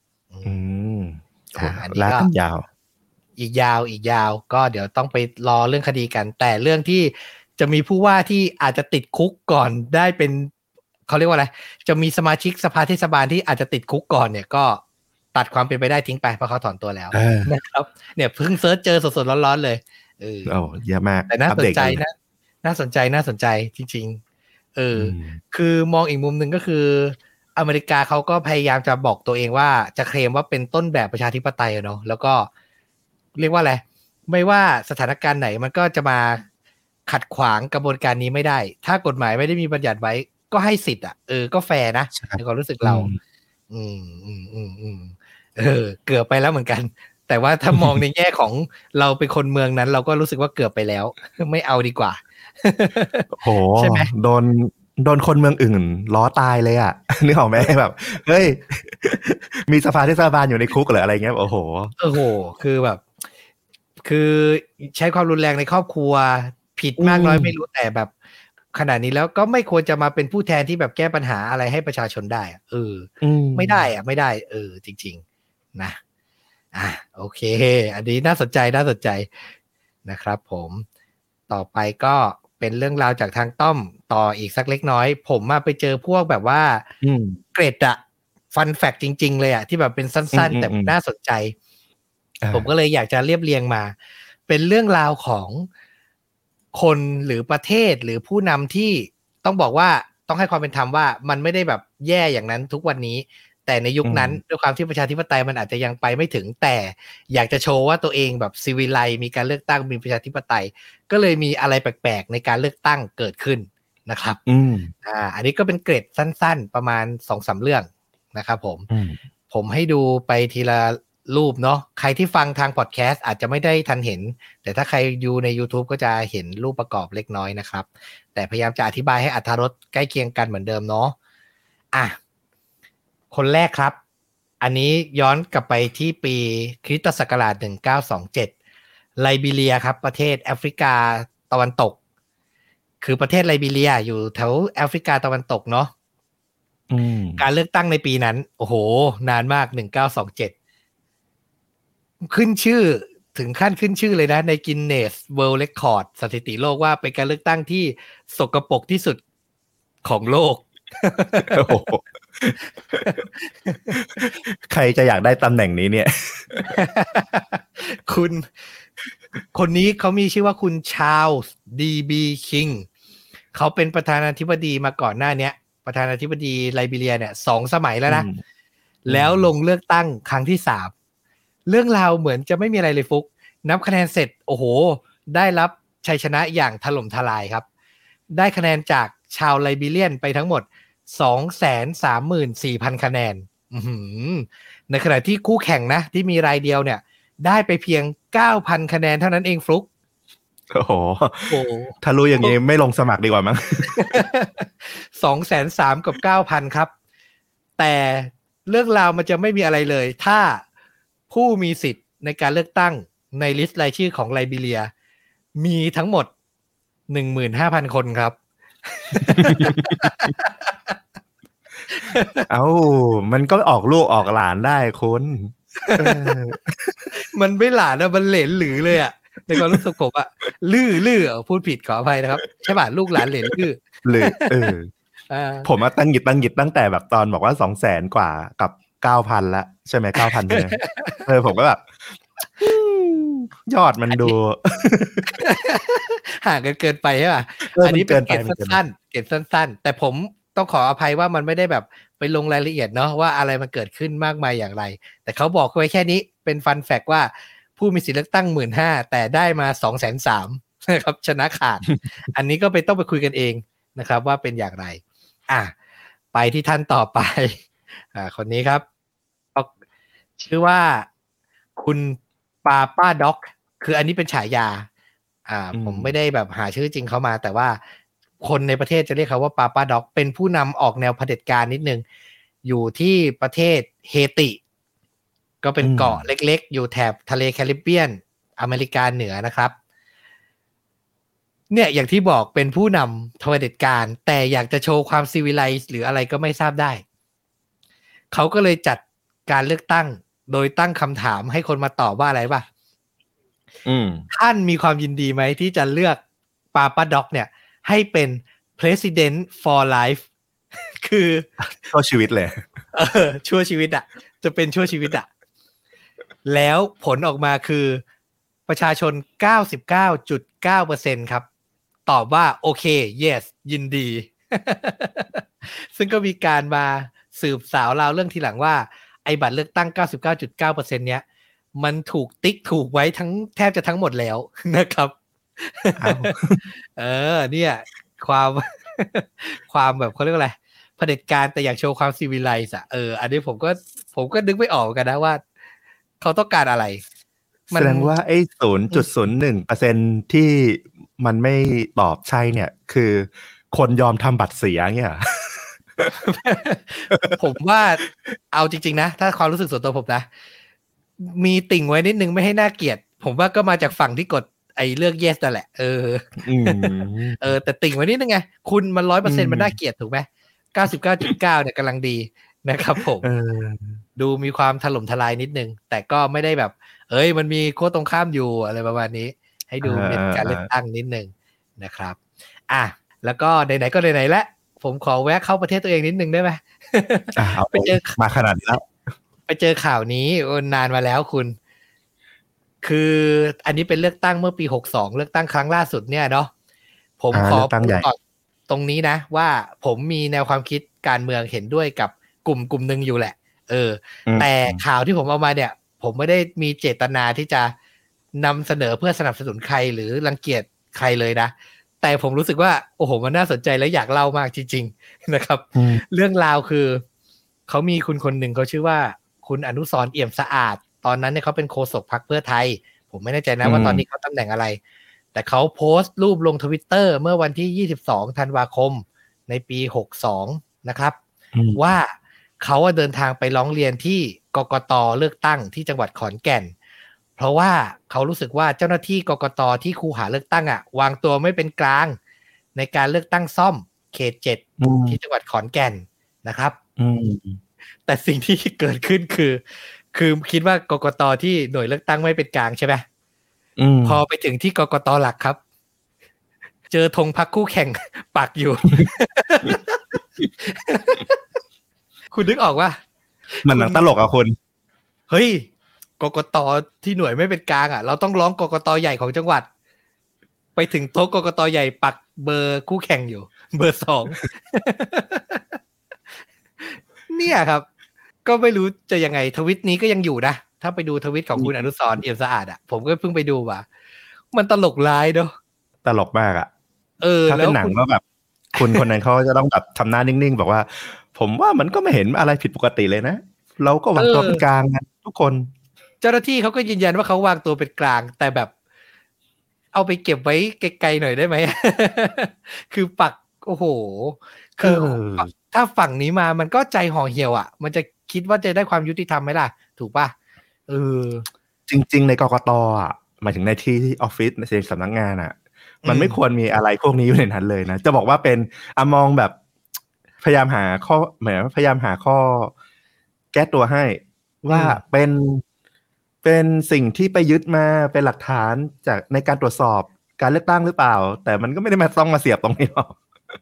อันนี้ก็ยาวอีกยาวก็เดี๋ยวต้องไปรอเรื่องคดีกันแต่เรื่องที่จะมีผู้ว่าที่อาจจะติดคุกก่อนได้เป็นเขาเรียกว่าอะไรจะมีสมาชิกสภาเทศบาลที่อาจจะติดคุกก่อนเนี่ยก็ตัดความเป็นไปได้ทิ้งไปเพราะเขาถอนตัวแล้วนะครับเนี่ยเพิ่งเซิร์ชเจอสดๆร้อนๆเลยเยอะมากแต่น่าสนใจนะน่าสนใจจริงๆคือมองอีกมุมหนึ่งก็คืออเมริกาเขาก็พยายามจะบอกตัวเองว่าจะเคลมว่าเป็นต้นแบบประชาธิปไตยเนาะแล้วก็เรียกว่าอะไรไม่ว่าสถานการณ์ไหนมันก็จะมาขัดขวางกระบวนการนี้ไม่ได้ถ้ากฎหมายไม่ได้มีบัญญัติไว้ก็ให้สิทธิ์ก็แฟร์นะในความรู้สึกเราเกือบไปแล้วเหมือนกันแต่ว่าถ้ามองในแง่ของเราเป็นคนเมืองนั้นเราก็รู้สึกว่าเกือบไปแล้วไม่เอาดีกว่าโหใช่ไหมโดนคนเมืองอื่นล้อตายเลยนึกออกไหมแบบเฮ้ยมีสภาเทศบาลอยู่ในคุกหรืออะไรเงี้ยโอ้โหคือแบบคือใช้ความรุนแรงในครอบครัวผิดมากน้อยไม่รู้แต่แบบขนาดนี้แล้วก็ไม่ควรจะมาเป็นผู้แทนที่แบบแก้ปัญหาอะไรให้ประชาชนได้ไม่ได้จริงๆนะโอเคอันนี้น่าสนใจนะครับผมต่อไปก็เป็นเรื่องราวจากทางต้อมต่ออีกสักเล็กน้อยผมมาไปเจอพวกแบบว่าเกรดฟันแฟกต์จริงๆเลยที่แบบเป็นสั้นๆแต่น่าสนใจผมก็เลยอยากจะเรียบเรียงมาเป็นเรื่องราวของคนหรือประเทศหรือผู้นำที่ต้องบอกว่าต้องให้ความเป็นธรรมว่ามันไม่ได้แบบแย่อย่างนั้นทุกวันนี้แต่ในยุคนั้นด้วยความที่ประชาธิปไตยมันอาจจะยังไปไม่ถึงแต่อยากจะโชว์ว่าตัวเองแบบซีวิไลซ์มีการเลือกตั้งมีประชาธิปไตยก็เลยมีอะไรแปลกๆในการเลือกตั้งเกิดขึ้นนะครับอันนี้ก็เป็นเกรดสั้นๆประมาณ 2-3 เรื่องนะครับผมให้ดูไปทีละรูปเนาะใครที่ฟังทางพอดแคสต์อาจจะไม่ได้ทันเห็นแต่ถ้าใครดูใน YouTube ก็จะเห็นรูปประกอบเล็กน้อยนะครับแต่พยายามจะอธิบายให้อรรถรสใกล้เคียงกันเหมือนเดิมเนาะคนแรกครับอันนี้ย้อนกลับไปที่ปีคริสตศักราช1927ไลบีเรียครับประเทศแอฟริกาตะวันตกคือประเทศไลบีเรียอยู่แถวแอฟริกาตะวันตกเนาะการเลือกตั้งในปีนั้นโอ้โหนานมาก1927ขึ้นชื่อถึงขั้นขึ้นชื่อเลยนะในกินเนสเวิลด์เรคคอร์ดสถิติโลกว่าเป็นการเลือกตั้งที่สกปรกที่สุดของโลกใครจะอยากได้ตำแหน่งนี้เนี่ยคนนี้เขามีชื่อว่าคุณชาร์ลส์ดีบีคิงเขาเป็นประธานาธิบดีมาก่อนหน้านี้ประธานาธิบดีไลบีเรียเนี่ย2 สมัยแล้วนะแล้วลงเลือกตั้งครั้งที่3เรื่องราวเหมือนจะไม่มีอะไรเลยฟุกนับคะแนนเสร็จโอ้โหได้รับชัยชนะอย่างถล่มทลายครับได้คะแนนจากชาวไลบีเรียนไปทั้งหมด 234,000 คะแนนในขณะที่คู่แข่งนะที่มีรายเดียวเนี่ยได้ไปเพียง 9,000 คะแนนเท่านั้นเองฟลุ๊กโอ้โหถ้ารู้อย่างนี้ไม่ลงสมัครดีกว่ามั้ง 230,000 กับ 9,000 ครับแต่เรื่องราวมันจะไม่มีอะไรเลยถ้าผู้มีสิทธิ์ในการเลือกตั้งในลิสต์รายชื่อของไลบีเรียมีทั้งหมด 15,000 คนครับเอ้ามันก็ออกลูกออกหลานได้คุณมันไม่หลานนะมันเหลนหรือเลยอ่ะในความรู้สึกผมอ่ะลื่อพูดผิดขออภัยนะครับใช่ป่ะลูกหลานเหลนลื่อเลยผมมาตั้งหยิบตั้งแต่แบบตอนบอกว่า 200,000 กว่ากับ 9,000 ละใช่ไหม 9,000 ใช่ไหมผมก็แบบยอดมันดูห่างกันเกินไปใช่ป่ะอันนี้เป็นเกรดสั้นแต่ผมต้องขออภัยว่ามันไม่ได้แบบไปลงรายละเอียดเนาะว่าอะไรมันเกิดขึ้นมากมายอย่างไรแต่เขาบอกไว้แค่นี้เป็นฟันแฟกต์ว่าผู้มีสิทธิเลือกตั้ง 15,000 แต่ได้มา 230,000 นะครับชนะขาด อันนี้ก็ต้องไปคุยกันเองนะครับว่าเป็นอย่างไรไปที่ท่านต่อไปคนนี้ครับชื่อว่าคุณปาป้าด็อกคืออันนี้เป็นฉายาผมไม่ได้แบบหาชื่อจริงเขามาแต่ว่าคนในประเทศจะเรียกเขาว่าปาป้าด็อกเป็นผู้นำออกแนวเผด็จการนิดนึงอยู่ที่ประเทศเฮติก็เป็นเกาะเล็กๆอยู่แถบทะเลแคริบเบียนอเมริกาเหนือนะครับเนี่ยอย่างที่บอกเป็นผู้นำเผด็จการแต่อยากจะโชว์ความซีวิไลซ์หรืออะไรก็ไม่ทราบได้เขาก็เลยจัดการเลือกตั้งโดยตั้งคำถามให้คนมาตอบว่าอะไรป่ะท่านมีความยินดีไหมที่จะเลือกปาป้าด็อกเนี่ยให้เป็น president for life คือชั่วชีวิตเลยชั่วชีวิตอ่ะจะเป็นชั่วชีวิตอ่ะแล้วผลออกมาคือประชาชน 99.9% ครับตอบว่าโอเค yes ยินดี ซึ่งก็มีการมาสืบสาวราวเรื่องทีหลังว่าไอ้บัตรเลือกตั้ง 99.9% เนี้ยมันถูกติ๊กถูกไว้แทบจะทั้งหมดแล้วนะครับเนี่ยความแบบเขาเรียกอะไรเผด็จการแต่อยากโชว์ความซีวิไลซ์อันนี้ผมก็นึกไม่ออกกันนะว่าเขาต้องการอะไรแสดงว่าไอ้ 0.01% ที่มันไม่ตอบใช่เนี่ยคือคนยอมทำบัตรเสียเนี่ยผมว่าเอาจริงๆนะถ้าความรู้สึกส่วนตัวผมนะมีติ่งไว้นิดนึงไม่ให้น่าเกลียดผมว่าก็มาจากฝั่งที่กดไอ้เลือก yes นั่นแหละแต่ติ่งไว้นิดนึงไงคุณมัน 100% มันน่าเกลียดถูกไหม 99.9 เนี่ยกำลังดีนะครับผมดูมีความถล่มทลายนิดนึงแต่ก็ไม่ได้แบบมันมีโค้ดตรงข้ามอยู่อะไรประมาณนี้ให้ดูเป็นการเลือกตั้งนิดนึงนะครับแล้วก็ไหนๆก็ไหนๆแล้วผมขอแวะเข้าประเทศตัวเองนิดนึงได้ไหมไปเจอมาขนาดนี้แล้วไปเจอข่าวนี้นานมาแล้วคุณคืออันนี้เป็นเลือกตั้งเมื่อปี62เลือกตั้งครั้งล่าสุดเนี่ยเนาะผมขอพูดก่อนตรงนี้นะว่าผมมีแนวความคิดการเมืองเห็นด้วยกับกลุ่มนึงอยู่แหละแต่ข่าวที่ผมเอามาเนี่ยผมไม่ได้มีเจตนาที่จะนำเสนอเพื่อสนับสนุนใครหรือรังเกียจใครเลยนะแต่ผมรู้สึกว่าโอ้โหมันน่าสนใจและอยากเล่ามากจริงๆนะครับเรื่องราวคือเขามีคุณคนหนึ่งเขาชื่อว่าคุณอนุสรณ์เอี่ยมสะอาดตอนนั้นเนี่ยเขาเป็นโฆษกพรรคเพื่อไทยผมไม่แน่ใจนะว่าตอนนี้เขาตำแหน่งอะไรแต่เขาโพสต์รูปลง Twitter เมื่อวันที่22ธันวาคมในปี62นะครับว่าเขาเดินทางไปร้องเรียนที่กกต.เลือกตั้งที่จังหวัดขอนแก่นเพราะว่าเขารู้สึกว่าเจ้าหน้าที่กกต.ที่คูหาเลือกตั้งวางตัวไม่เป็นกลางในการเลือกตั้งซ่อมเขต7ที่จังหวัดขอนแก่นนะครับแต่สิ่งที่เกิดขึ้นคือคิดว่ากกต.ที่หน่วยเลือกตั้งไม่เป็นกลางใช่ไหมพอไปถึงที่กกต.หลักครับเจอธงพรรคคู่แข่งปักอยู่ คุณนึกออกว่ามันหนังตลกอ่ะคุณเฮ้ยกกต.ที่หน่วยไม่เป็นกลางเราต้องร้องกกต.ใหญ่ของจังหวัดไปถึงโต๊ะกกต.ใหญ่ปักเบอร์คู่แข่งอยู่เบอร์2 เนี่ยครับก็ไม่รู้จะยังไงทวิตนี้ก็ยังอยู่นะถ้าไปดูทวิตของคุณอนุสรณ์เอี่ยมสะอาดผมก็เพิ่งไปดูว่ามันตลกร้ายเนาะตลกมากถ้าเป็นหนังก็แบบคุณคนนั้นเขาจะต้องแบบทำหน้านิ่งๆบอกว่าผมว่ามันก็ไม่เห็นอะไรผิดปกติเลยนะเราก็วางตัวเป็นกลางกันทุกคนเจ้าหน้าที่เขาก็ยืนยันว่าเขาวางตัวเป็นกลางแต่แบบเอาไปเก็บไว้ไกลๆหน่อยได้ไหม คือปักโอ้โหคือถ้าฝั่งนี้มามันก็ใจห่อเหี่ยวอ่ะมันจะคิดว่าจะได้ความยุติธรรมไหมล่ะถูกป่ะจริงๆในกกตอ่ะหมายถึงในที่ออฟฟิศในสำนักงานอ่ะมันไม่ควรมีอะไรพวกนี้อยู่ในนั้นเลยนะจะบอกว่าเป็นมองแบบพยายามหาข้อพยายามหาข้อแก้ตัวให้ว่าเป็นสิ่งที่ไปยึดมาเป็นหลักฐานจากในการตรวจสอบการเลือกตั้งหรือเปล่าแต่มันก็ไม่ได้มาต้องมาเสียบตรงนี้หรอก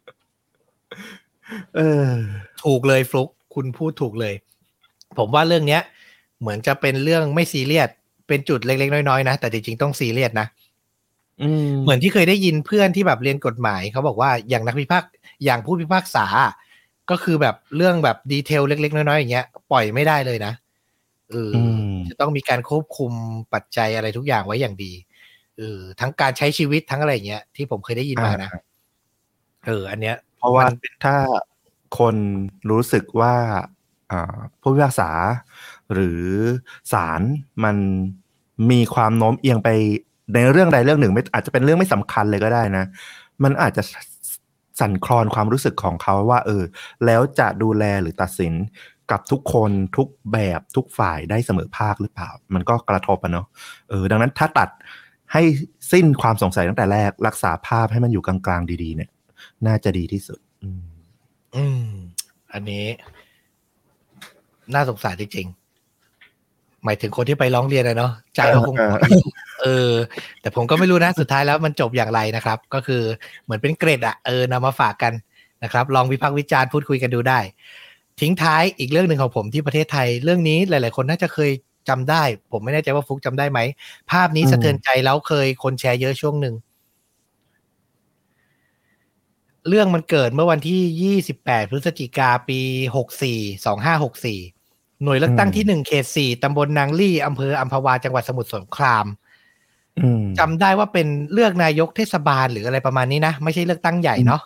ถูกเลยฟลุกคุณพูดถูกเลยผมว่าเรื่องเนี้ยเหมือนจะเป็นเรื่องไม่ซีเรียสเป็นจุดเล็กๆน้อยๆนะแต่จริงๆต้องซีเรียสนะเหมือนที่เคยได้ยินเพื่อนที่แบบเรียนกฎหมายเขาบอกว่าอย่างนักพิพากษาอย่างผู้พิพากษาก็คือแบบเรื่องแบบดีเทลเล็กๆน้อยๆอย่างเงี้ยปล่อยไม่ได้เลยนะจะต้องมีการควบคุมปัจจัยอะไรทุกอย่างไว้อย่างดีทั้งการใช้ชีวิตทั้งอะไรอย่างเงี้ยที่ผมเคยได้ยินมานะอันเนี้ยเพราะว่าถ้าคนรู้สึกว่าผู้พิพากษาหรือศาลมันมีความโน้มเอียงไปในเรื่องใดเรื่องหนึ่งไม่อาจจะเป็นเรื่องไม่สำคัญเลยก็ได้นะมันอาจจะสั่นคลอนความรู้สึกของเขาว่าแล้วจะดูแลหรือตัดสินกับทุกคนทุกแบบทุกฝ่ายได้เสมอภาคหรือเปล่ามันก็กระทบเนาะดังนั้นถ้าตัดให้สิ้นความสงสัยตั้งแต่แรกรักษาภาพให้มันอยู่กลางๆดีๆเนี่ยน่าจะดีที่สุดอันนี้น่าสงสารจริงๆหมายถึงคนที่ไปร้องเรียนนะเนาะใจเขาคงแต่ผมก็ไม่รู้นะสุดท้ายแล้วมันจบอย่างไรนะครับก็คือเหมือนเป็นเกรดนำมาฝากกันนะครับลองวิพากษ์วิจารณ์พูดคุยกันดูได้ทิ้งท้ายอีกเรื่องหนึ่งของผมที่ประเทศไทยเรื่องนี้หลายๆคนน่าจะเคยจำได้ผมไม่แน่ใจว่าฟุกจำได้ไหมภาพนี้สะเทือนใจแล้วเคยคนแชร์เยอะช่วงหนึ่งเรื่องมันเกิดเมื่อวันที่28พฤศจิกายนปี2564หน่วยเลือกตั้งที่1เขต4ตำบลนางลี่อำเภออัมพวาจังหวัดสมุทรสงครามจำได้ว่าเป็นเลือกนายกเทศบาลหรืออะไรประมาณนี้นะไม่ใช่เลือกตั้งใหญ่เนาะ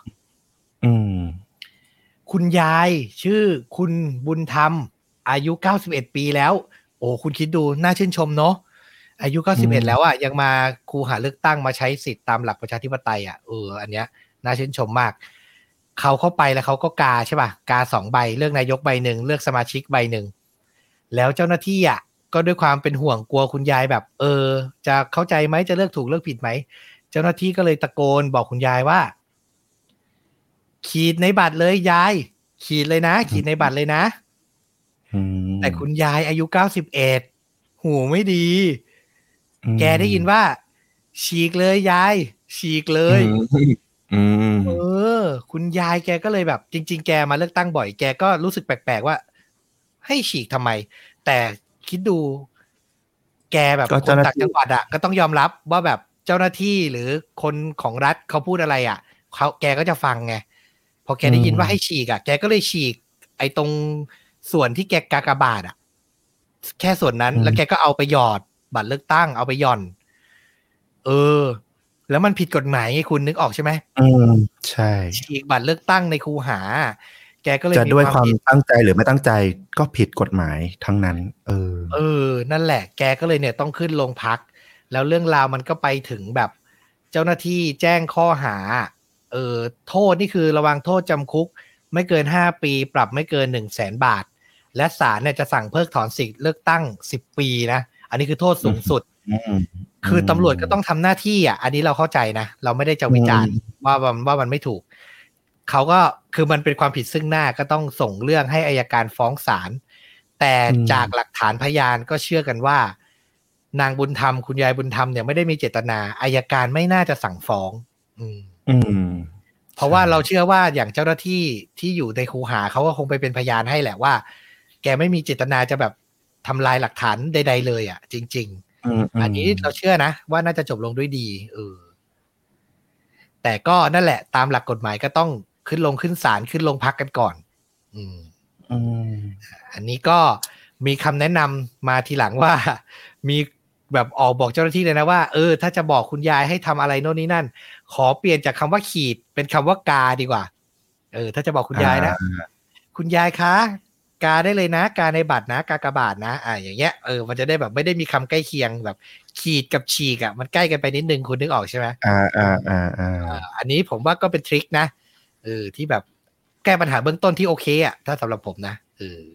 คุณยายชื่อคุณบุญธรรมอายุ91ปีแล้วโอ้คุณคิดดูน่าชื่นชมเนาะอายุ91แล้วยังมาคูหาเลือกตั้งมาใช้สิทธิ์ตามหลักประชาธิปไตยอันเนี้ยน่าชื่นชมมากเขาเข้าไปแล้วเขาก็กาใช่ป่ะกา2ใบเลือกนายกใบหนึ่งเลือกสมาชิกใบหนึ่งแล้วเจ้าหน้าที่ก็ด้วยความเป็นห่วงกลัวคุณยายแบบจะเข้าใจไหมจะเลือกถูกเลือกผิดไหมเจ้าหน้าที่ก็เลยตะโกนบอกคุณยายว่าขีดในบัตรเลยยายขีดเลยนะขีดในบัตรเลยนะแต่คุณยายอายุ91หูไม่ดีแกได้ยินว่าฉีกเลยยายฉีกเลยคุณยายแกก็เลยแบบจริงๆแกมาเลือกตั้งบ่อยแกก็รู้สึกแปลกๆว่าให้ฉีกทำไมแต่คิดดูแกแบบคนต่างจังหวัดก็ต้องยอมรับว่าแบบเจ้าหน้าที่หรือคนของรัฐเขาพูดอะไรแกก็จะฟังไงพอแกได้ยินว่าให้ฉีกแกก็เลยฉีกไอ้ตรงส่วนที่แกกากบาทแค่ส่วนนั้นแล้วแกก็เอาไปหยอดบัตรเลือกตั้งเอาไปหย่อนแล้วมันผิดกฎหมายไงคุณนึกออกใช่ไหมใช่ฉีกบัตรเลือกตั้งในคูหาแกก็เลยจะด้วยความตั้งใจหรือไม่ตั้งใจก็ผิดกฎหมายทั้งนั้นนั่นแหละแกก็เลยเนี่ยต้องขึ้นโรงพักแล้วเรื่องราวมันก็ไปถึงแบบเจ้าหน้าที่แจ้งข้อหาโทษนี่คือระวังโทษจำคุกไม่เกิน5ปีปรับไม่เกิน 100,000 บาทและศาลเนี่ยจะสั่งเพิกถอนสิทธิ์เลือกตั้ง10 ปีนะอันนี้คือโทษสูงสุดคือตำรวจก็ต้องทำหน้าที่อันนี้เราเข้าใจนะเราไม่ได้จะวิจารณ์ว่ามันไม่ถูกเขาก็คือมันเป็นความผิดซึ่งหน้าก็ต้องส่งเรื่องให้อัยการฟ้องศาลแต่จากหลักฐานพยานก็เชื่อกันว่านางบุญธรรมคุณยายบุญธรรมเนี่ยไม่ได้มีเจตนาอัยการไม่น่าจะสั่งฟ้องเพราะว่าเราเชื่อว่าอย่างเจ้าหน้าที่ที่อยู่ในคูหาเขาก็คงไปเป็นพยานให้แหละว่าแกไม่มีเจตนาจะแบบทำลายหลักฐานใดๆเลยจริงๆอันนี้เราเชื่อนะว่าน่าจะจบลงด้วยดีแต่ก็นั่นแหละตามหลักกฎหมายก็ต้องขึ้นศาลขึ้นโรงพักกันก่อนอันนี้ก็มีคำแนะนำมาทีหลังว่ามีแบบบอกเจ้าหน้าที่เลยนะว่าถ้าจะบอกคุณยายให้ทำอะไรโน่นนี่นั่นขอเปลี่ยนจากคำว่าขีดเป็นคำว่ากาดีกว่าถ้าจะบอกคุณยายนะคุณยายคะกาได้เลยนะกาในบัตรนะกากบาทนะอย่างเงี้ยมันจะได้แบบไม่ได้มีคำใกล้เคียงแบบขีดกับฉีกมันใกล้กันไปนิดนึงคุณนึกออกใช่ไหมอันนี้ผมว่าก็เป็นทริคนะที่แบบแก้ปัญหาเบื้องต้นที่โอเคถ้าสำหรับผมนะ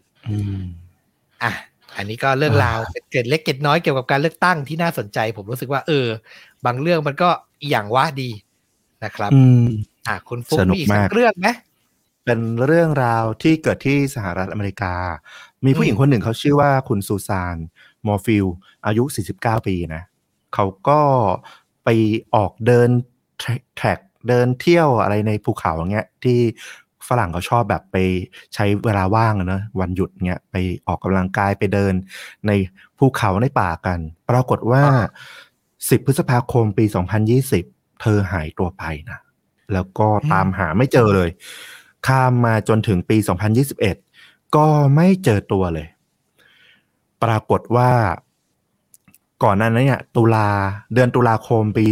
อันนี้ก็เรื่องราวเกร็ดเล็กเกร็ดน้อยเกี่ยวกับการเลือกตั้งที่น่าสนใจผมรู้สึกว่าบางเรื่องมันก็อย่างว่าดีนะครับคุณฟุ๊กมีอีกสักเรื่องไหมเป็นเรื่องราวที่เกิดที่สหรัฐอเมริกามีผู้หญิงคนหนึ่งเขาชื่อว่าคุณซูซานมอร์ฟิลอายุ49ปีนะเขาก็ไปออกเดินแทร็กเดินเที่ยวอะไรในภูเขาอย่างเงี้ยที่ฝรั่งเขาชอบแบบไปใช้เวลาว่างนะวันหยุดเงี้ยไปออกกำลังกายไปเดินในภูเขาในป่ากันปรากฏว่า10พฤษภาคมปี2020เธอหายตัวไปนะแล้วก็ตามหาไม่เจอเลยข้ามมาจนถึงปี2021ก็ไม่เจอตัวเลยปรากฏว่าก่อนหน้านั้นเนี่ยเดือนตุลาคมปี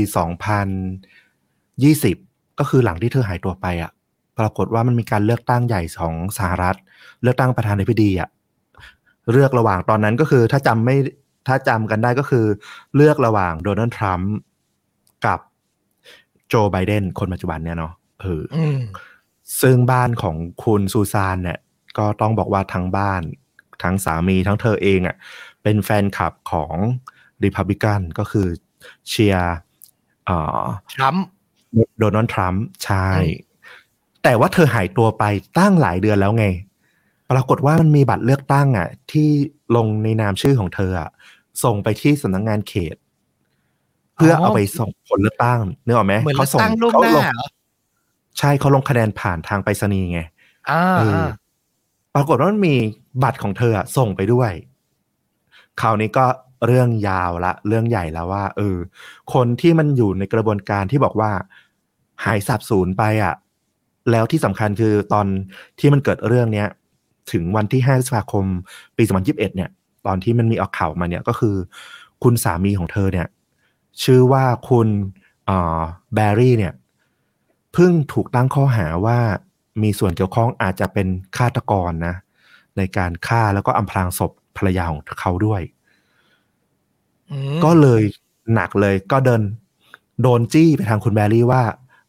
2020ก็คือหลังที่เธอหายตัวไปปรากฏว่ามันมีการเลือกตั้งใหญ่ของสหรัฐเลือกตั้งประธานาธิบดีเลือกระหว่างตอนนั้นก็คือถ้าจำกันได้ก็คือเลือกระหว่างโดนัลด์ทรัมป์กับโจไบเดนคนปัจจุบันเนี่ยเนาะซึ่งบ้านของคุณซูซานเนี่ยก็ต้องบอกว่าทั้งบ้านทั้งสามีทั้งเธอเองเป็นแฟนคลับของรีพับลิกันก็คือเชียร์ทรัมป์โดนัลด์ทรัมป์ใช่แต่ว่าเธอหายตัวไปตั้งหลายเดือนแล้วไงปรากฏว่ามันมีบัตรเลือกตั้งที่ลงในนามชื่อของเธอส่งไปที่สำนักงานเขตเพื่อเอาไปส่งผลเลือกตั้งนึกออกไหมเขาส่งเขาลงใช่เขาลงคะแนนผ่านทางไปรษณีย์ไงปรากฏว่ามันมีบัตรของเธอส่งไปด้วยคราวนี้ก็เรื่องยาวละเรื่องใหญ่แล้วว่าคนที่มันอยู่ในกระบวนการที่บอกว่าหายสาบสูญไปแล้วที่สำคัญคือตอนที่มันเกิดเรื่องเนี้ยถึงวันที่5 พฤษภาคมปี2021เนี่ยตอนที่มันมีออกข่าวมาเนี่ยก็คือคุณสามีของเธอเนี่ยชื่อว่าคุณแบร์รี่เนี่ยเพิ่งถูกตั้งข้อหาว่ามีส่วนเกี่ยวข้องอาจจะเป็นฆาตกรนะในการฆ่าแล้วก็อำพรางศพภรรยาของเขาด้วยก็เลยหนักเลยก็โดนจี้ไปทางคุณแบร์รี่ว่า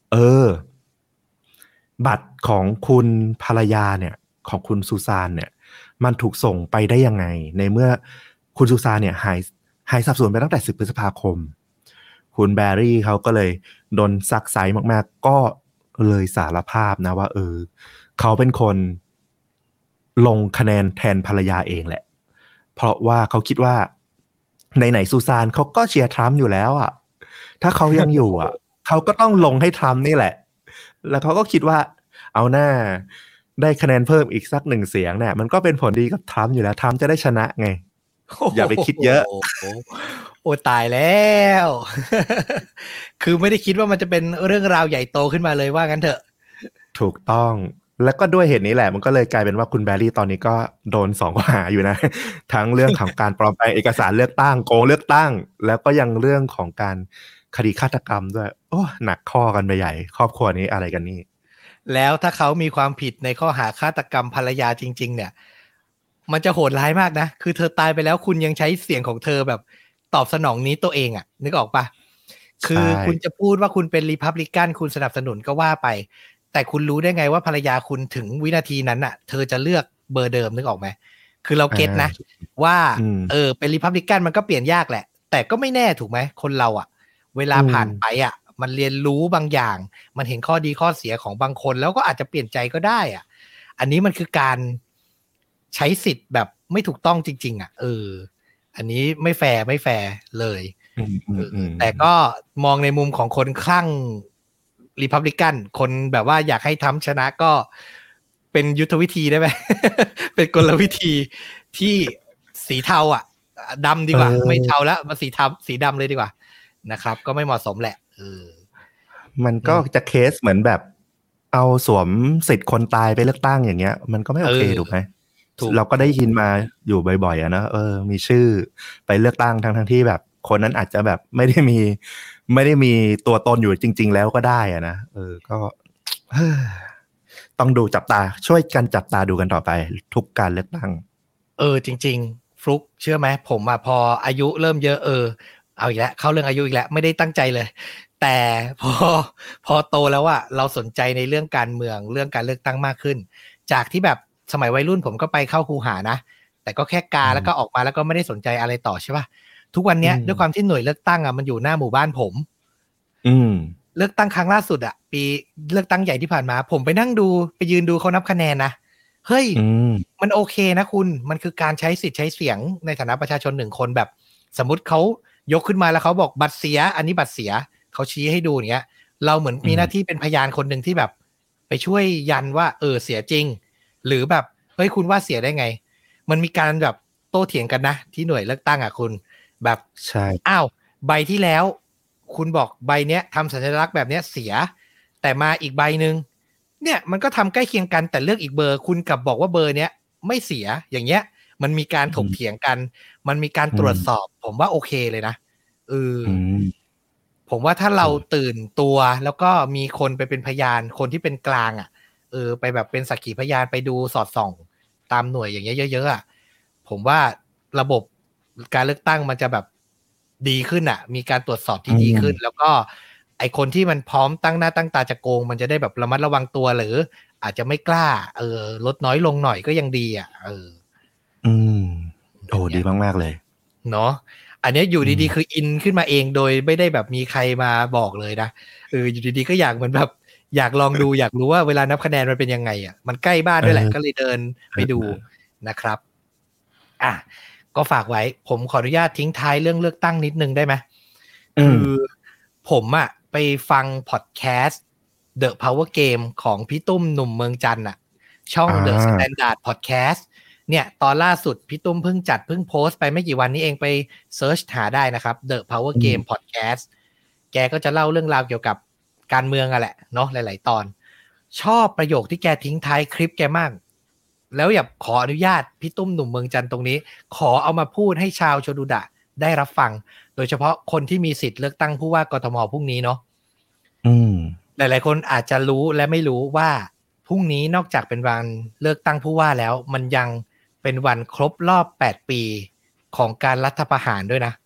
บัตรของคุณภรรยาเนี่ยของคุณซูซานเนี่ยมันถูกส่งไปได้ยังไงในเมื่อคุณซูซานเนี่ยหายสับสนไปตั้งแต่10 พฤษภาคมคุณแบร์รี่เขาก็เลยโดนซักไซส์มากๆก็เลยสารภาพนะว่าเขาเป็นคนลงคะแนนแทนภรรยาเองแหละเพราะว่าเขาคิดว่าไหนซูซานเขาก็เชียร์ทรัมป์อยู่แล้วถ้าเขายังอยู่เขาก็ต้องลงให้ทรัมป์นี่แหละแล้วเขาก็คิดว่าเอาหน้าได้คะแนนเพิ่มอีกสัก1 เสียงเนี่ยมันก็เป็นผลดีกับทรัมป์อยู่แล้วทรัมป์จะได้ชนะไงอย่าไปคิดเยอะโอ้ตายแล้ว คือไม่ได้คิดว่ามันจะเป็นเรื่องราวใหญ่โตขึ้นมาเลยว่างั้นเถอะถูกต้องแล้วก็ด้วยเหตุนี้แหละมันก็เลยกลายเป็นว่าคุณแบร์รี่ตอนนี้ก็โดน2 ข้อหาอยู่นะทั้งเรื่องของการปลอมแปลงเอกสารเลือกตั้งโกงเลือกตั้งแล้วก็ยังเรื่องของการคดีฆาตกรรมด้วยโอ้หนักข้อกันไปใหญ่ครอบครัวนี้อะไรกันนี่แล้วถ้าเขามีความผิดในข้อหาฆาตกรรมภรรยาจริงๆเนี่ยมันจะโหดร้ายมากนะคือเธอตายไปแล้วคุณยังใช้เสียงของเธอแบบตอบสนองนี้ตัวเองนึกออกปะคือคุณจะพูดว่าคุณเป็นรีพับลิกันคุณสนับสนุนก็ว่าไปแต่คุณรู้ได้ไงว่าภรรยาคุณถึงวินาทีนั้นเธอจะเลือกเบอร์เดิมนึกออกไหมคือเราเก็ตนะว่าเป็นรีพับลิกันมันก็เปลี่ยนยากแหละแต่ก็ไม่แน่ถูกไหมคนเราเวลาผ่านไปมันเรียนรู้บางอย่างมันเห็นข้อดีข้อเสียของบางคนแล้วก็อาจจะเปลี่ยนใจก็ได้อันนี้มันคือการใช้สิทธิ์แบบไม่ถูกต้องจริงๆอันนี้ไม่แฟร์เลยแต่ก็มองในมุมของคนคลั่งรีพับลิกันคนแบบว่าอยากให้ทรัมป์ชนะก็เป็นยุทธวิธีได้ไหม เป็นกลวิธีที่สีเทาดำดีกว่าไม่เทาแล้วมาสีดำเลยดีกว่านะครับก็ไม่เหมาะสมแหละมันก็จะเคสเหมือนแบบเอาสวมสิทธิ์คนตายไปเลือกตั้งอย่างเงี้ยมันก็ไม่โอเคถูกไหมเราก็ได้ยินมาอยู่บ่อยๆนะมีชื่อไปเลือกตั้งทั้งที่แบบคนนั้นอาจจะแบบไม่ได้มีตัวตนอยู่จริงๆแล้วก็ได้นะก็ต้องดูจับตาช่วยกันจับตาดูกันต่อไปทุกการเลือกตั้งจริงๆฟลุกเชื่อไหมผมพออายุเริ่มเยอะเอาอีกแล้วเข้าเรื่องอายุอีกแล้วไม่ได้ตั้งใจเลยแต่พอโตแล้วเราสนใจในเรื่องการเมืองเรื่องการเลือกตั้งมากขึ้นจากที่แบบสมัยวัยรุ่นผมก็ไปเข้าคูหานะแต่ก็แค่กาแล้วก็ออกมาแล้วก็ไม่ได้สนใจอะไรต่อใช่ป่ะทุกวันนี้ด้วยความที่หน่วยเลือกตั้งมันอยู่หน้าหมู่บ้านผมเลือกตั้งครั้งล่าสุดปีเลือกตั้งใหญ่ที่ผ่านมาผมไปนั่งดูไปยืนดูเขานับคะแนนนะเฮ้ยมันโอเคนะคุณมันคือการใช้สิทธิ์ใช้เสียงในฐานะประชาชนหนึ่งคนแบบสมมติเขายกขึ้นมาแล้วเขาบอกบัตรเสียอันนี้บัตรเสียเขาชี้ให้ดูอย่างเงี้ยเราเหมือนมีหน้าที่เป็นพยานคนหนึ่งที่แบบไปช่วยยันว่าเสียจริงหรือแบบเฮ้ยคุณว่าเสียได้ไงมันมีการแบบโต้เถียงกันนะที่หน่วยเลือกตั้งคุณแบบใช่อ้าวใบที่แล้วคุณบอกใบเนี้ยทำสัญลักษณ์แบบเนี้ยเสียแต่มาอีกใบหนึ่งเนี่ยมันก็ทำใกล้เคียงกันแต่เลือกอีกเบอร์คุณกลับบอกว่าเบอร์เนี้ยไม่เสียอย่างเงี้ยมันมีการถกเถียงกันมันมีการตรวจสอบผมว่าโอเคเลยนะผมว่าถ้าเราตื่นตัวแล้วก็มีคนไปเป็นพยานคนที่เป็นกลางไปแบบเป็นสักขีพยานไปดูสอดส่องตามหน่วยอย่างเงี้ยเยอะๆผมว่าระบบการเลือกตั้งมันจะแบบดีขึ้นมีการตรวจสอบที่ดีขึ้นแล้วก็ไอคนที่มันพร้อมตั้งหน้าตั้งตาจะโกงมันจะได้แบบระมัดระวังตัวหรืออาจจะไม่กล้าลดน้อยลงหน่อยก็ยังดีโอ้ดีมากๆเลยเนาะอันนี้อยู่ดีๆคืออินขึ้นมาเองโดยไม่ได้แบบมีใครมาบอกเลยนะอยู่ดีๆก็อยากเหมือนแบบอยากลองดูอยากรู้ว่าเวลานับคะแนนมันเป็นยังไงมันใกล้บ้านด้วยแหละก็เลยเดินไปดูนะครับก็ฝากไว้ผมขออนุญาตทิ้งท้ายเรื่องเลือกตั้งนิดนึงได้ไหมคือผมไปฟังพอดแคสต์ The Power Game ของพี่ตุ้มหนุ่มเมืองจันทร์ช่อง The Standard Podcast เนี่ยตอนล่าสุดพี่ตุ้มเพิ่งโพสต์ไปไม่กี่วันนี้เองไปเซิร์ชหาได้นะครับ The Power Game Podcast แกก็จะเล่าเรื่องราวเกี่ยวกับการเมืองแหละเนาะหลายๆตอนชอบประโยคที่แกทิ้งท้ายคลิปแกมากแล้วอยากขออนุญาตพี่ตุ้มหนุ่มเมืองจันทร์ตรงนี้ขอเอามาพูดให้ชาวโชดูดะได้รับฟังโดยเฉพาะคนที่มีสิทธิ์เลือกตั้งผู้ว่ากทมพรุ่งนี้เนาะหลายๆคนอาจจะรู้และไม่รู้ว่าพรุ่งนี้นอกจากเป็นวันเลือกตั้งผู้ว่าแล้วมันยังเป็นวันครบรอบ8ปีของการรัฐประหารด้วยนะ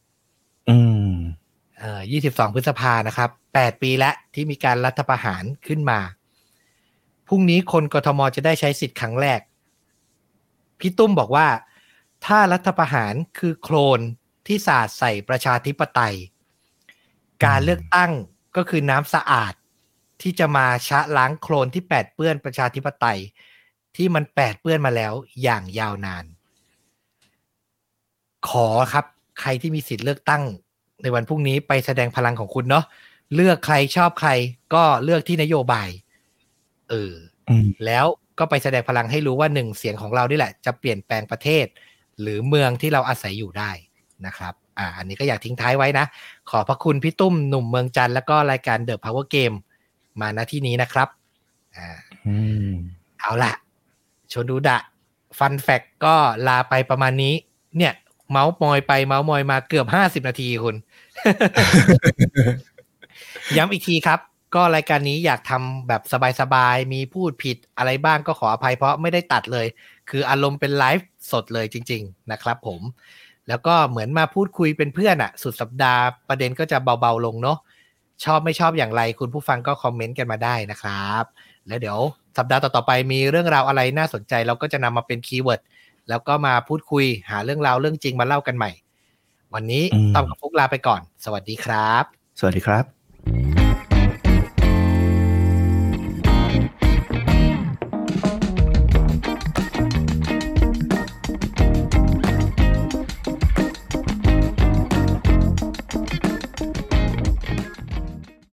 22 พฤษภานะครับ8ปีแล้วที่มีการรัฐประหารขึ้นมาพรุ่งนี้คนกทมจะได้ใช้สิทธิ์ครั้งแรกพี่ตุ้มบอกว่าถ้ารัฐประหารคือโคลนที่สาดใส่ประชาธิปไตยการเลือกตั้งก็คือน้ำสะอาดที่จะมาชะล้างโคลนที่แปดเปื้อนประชาธิปไตยที่มันแปดเปื้อนมาแล้วอย่างยาวนานขอครับใครที่มีสิทธิ์เลือกตั้งในวันพรุ่งนี้ไปแสดงพลังของคุณเนาะเลือกใครชอบใครก็เลือกที่นโยบายแล้วก็ไปแสดงพลังให้รู้ว่า1เสียงของเรานี่แหละจะเปลี่ยนแปลงประเทศหรือเมืองที่เราอาศัยอยู่ได้นะครับอันนี้ก็อยากทิ้งท้ายไว้นะขอบพระคุณพี่ตุ้มหนุ่มเมืองจันทร์แล้วก็รายการ The Power Game มาณที่นี้นะครับเอาล่ะชวนดูดะฟันแฟกก็ลาไปประมาณนี้เนี่ยเมาส์มอยไปเมาส์มอยมาเกือบ50นาทีคุณ ย้ำอีกทีครับก็รายการนี้อยากทำแบบสบายๆมีพูดผิดอะไรบ้างก็ขออภัยเพราะไม่ได้ตัดเลยคืออารมณ์เป็นไลฟ์สดเลยจริงๆนะครับผมแล้วก็เหมือนมาพูดคุยเป็นเพื่อนสุดสัปดาห์ประเด็นก็จะเบาๆลงเนาะชอบไม่ชอบอย่างไรคุณผู้ฟังก็คอมเมนต์กันมาได้นะครับแล้วเดี๋ยวสัปดาห์ต่อๆไปมีเรื่องราวอะไรน่าสนใจเราก็จะนำมาเป็นคีย์เวิร์ดแล้วก็มาพูดคุยหาเรื่องราวเรื่องจริงมาเล่ากันใหม่วันนี้ต้อมกับฟุกลาไปก่อนสวัสดีครับสวัสดีครับ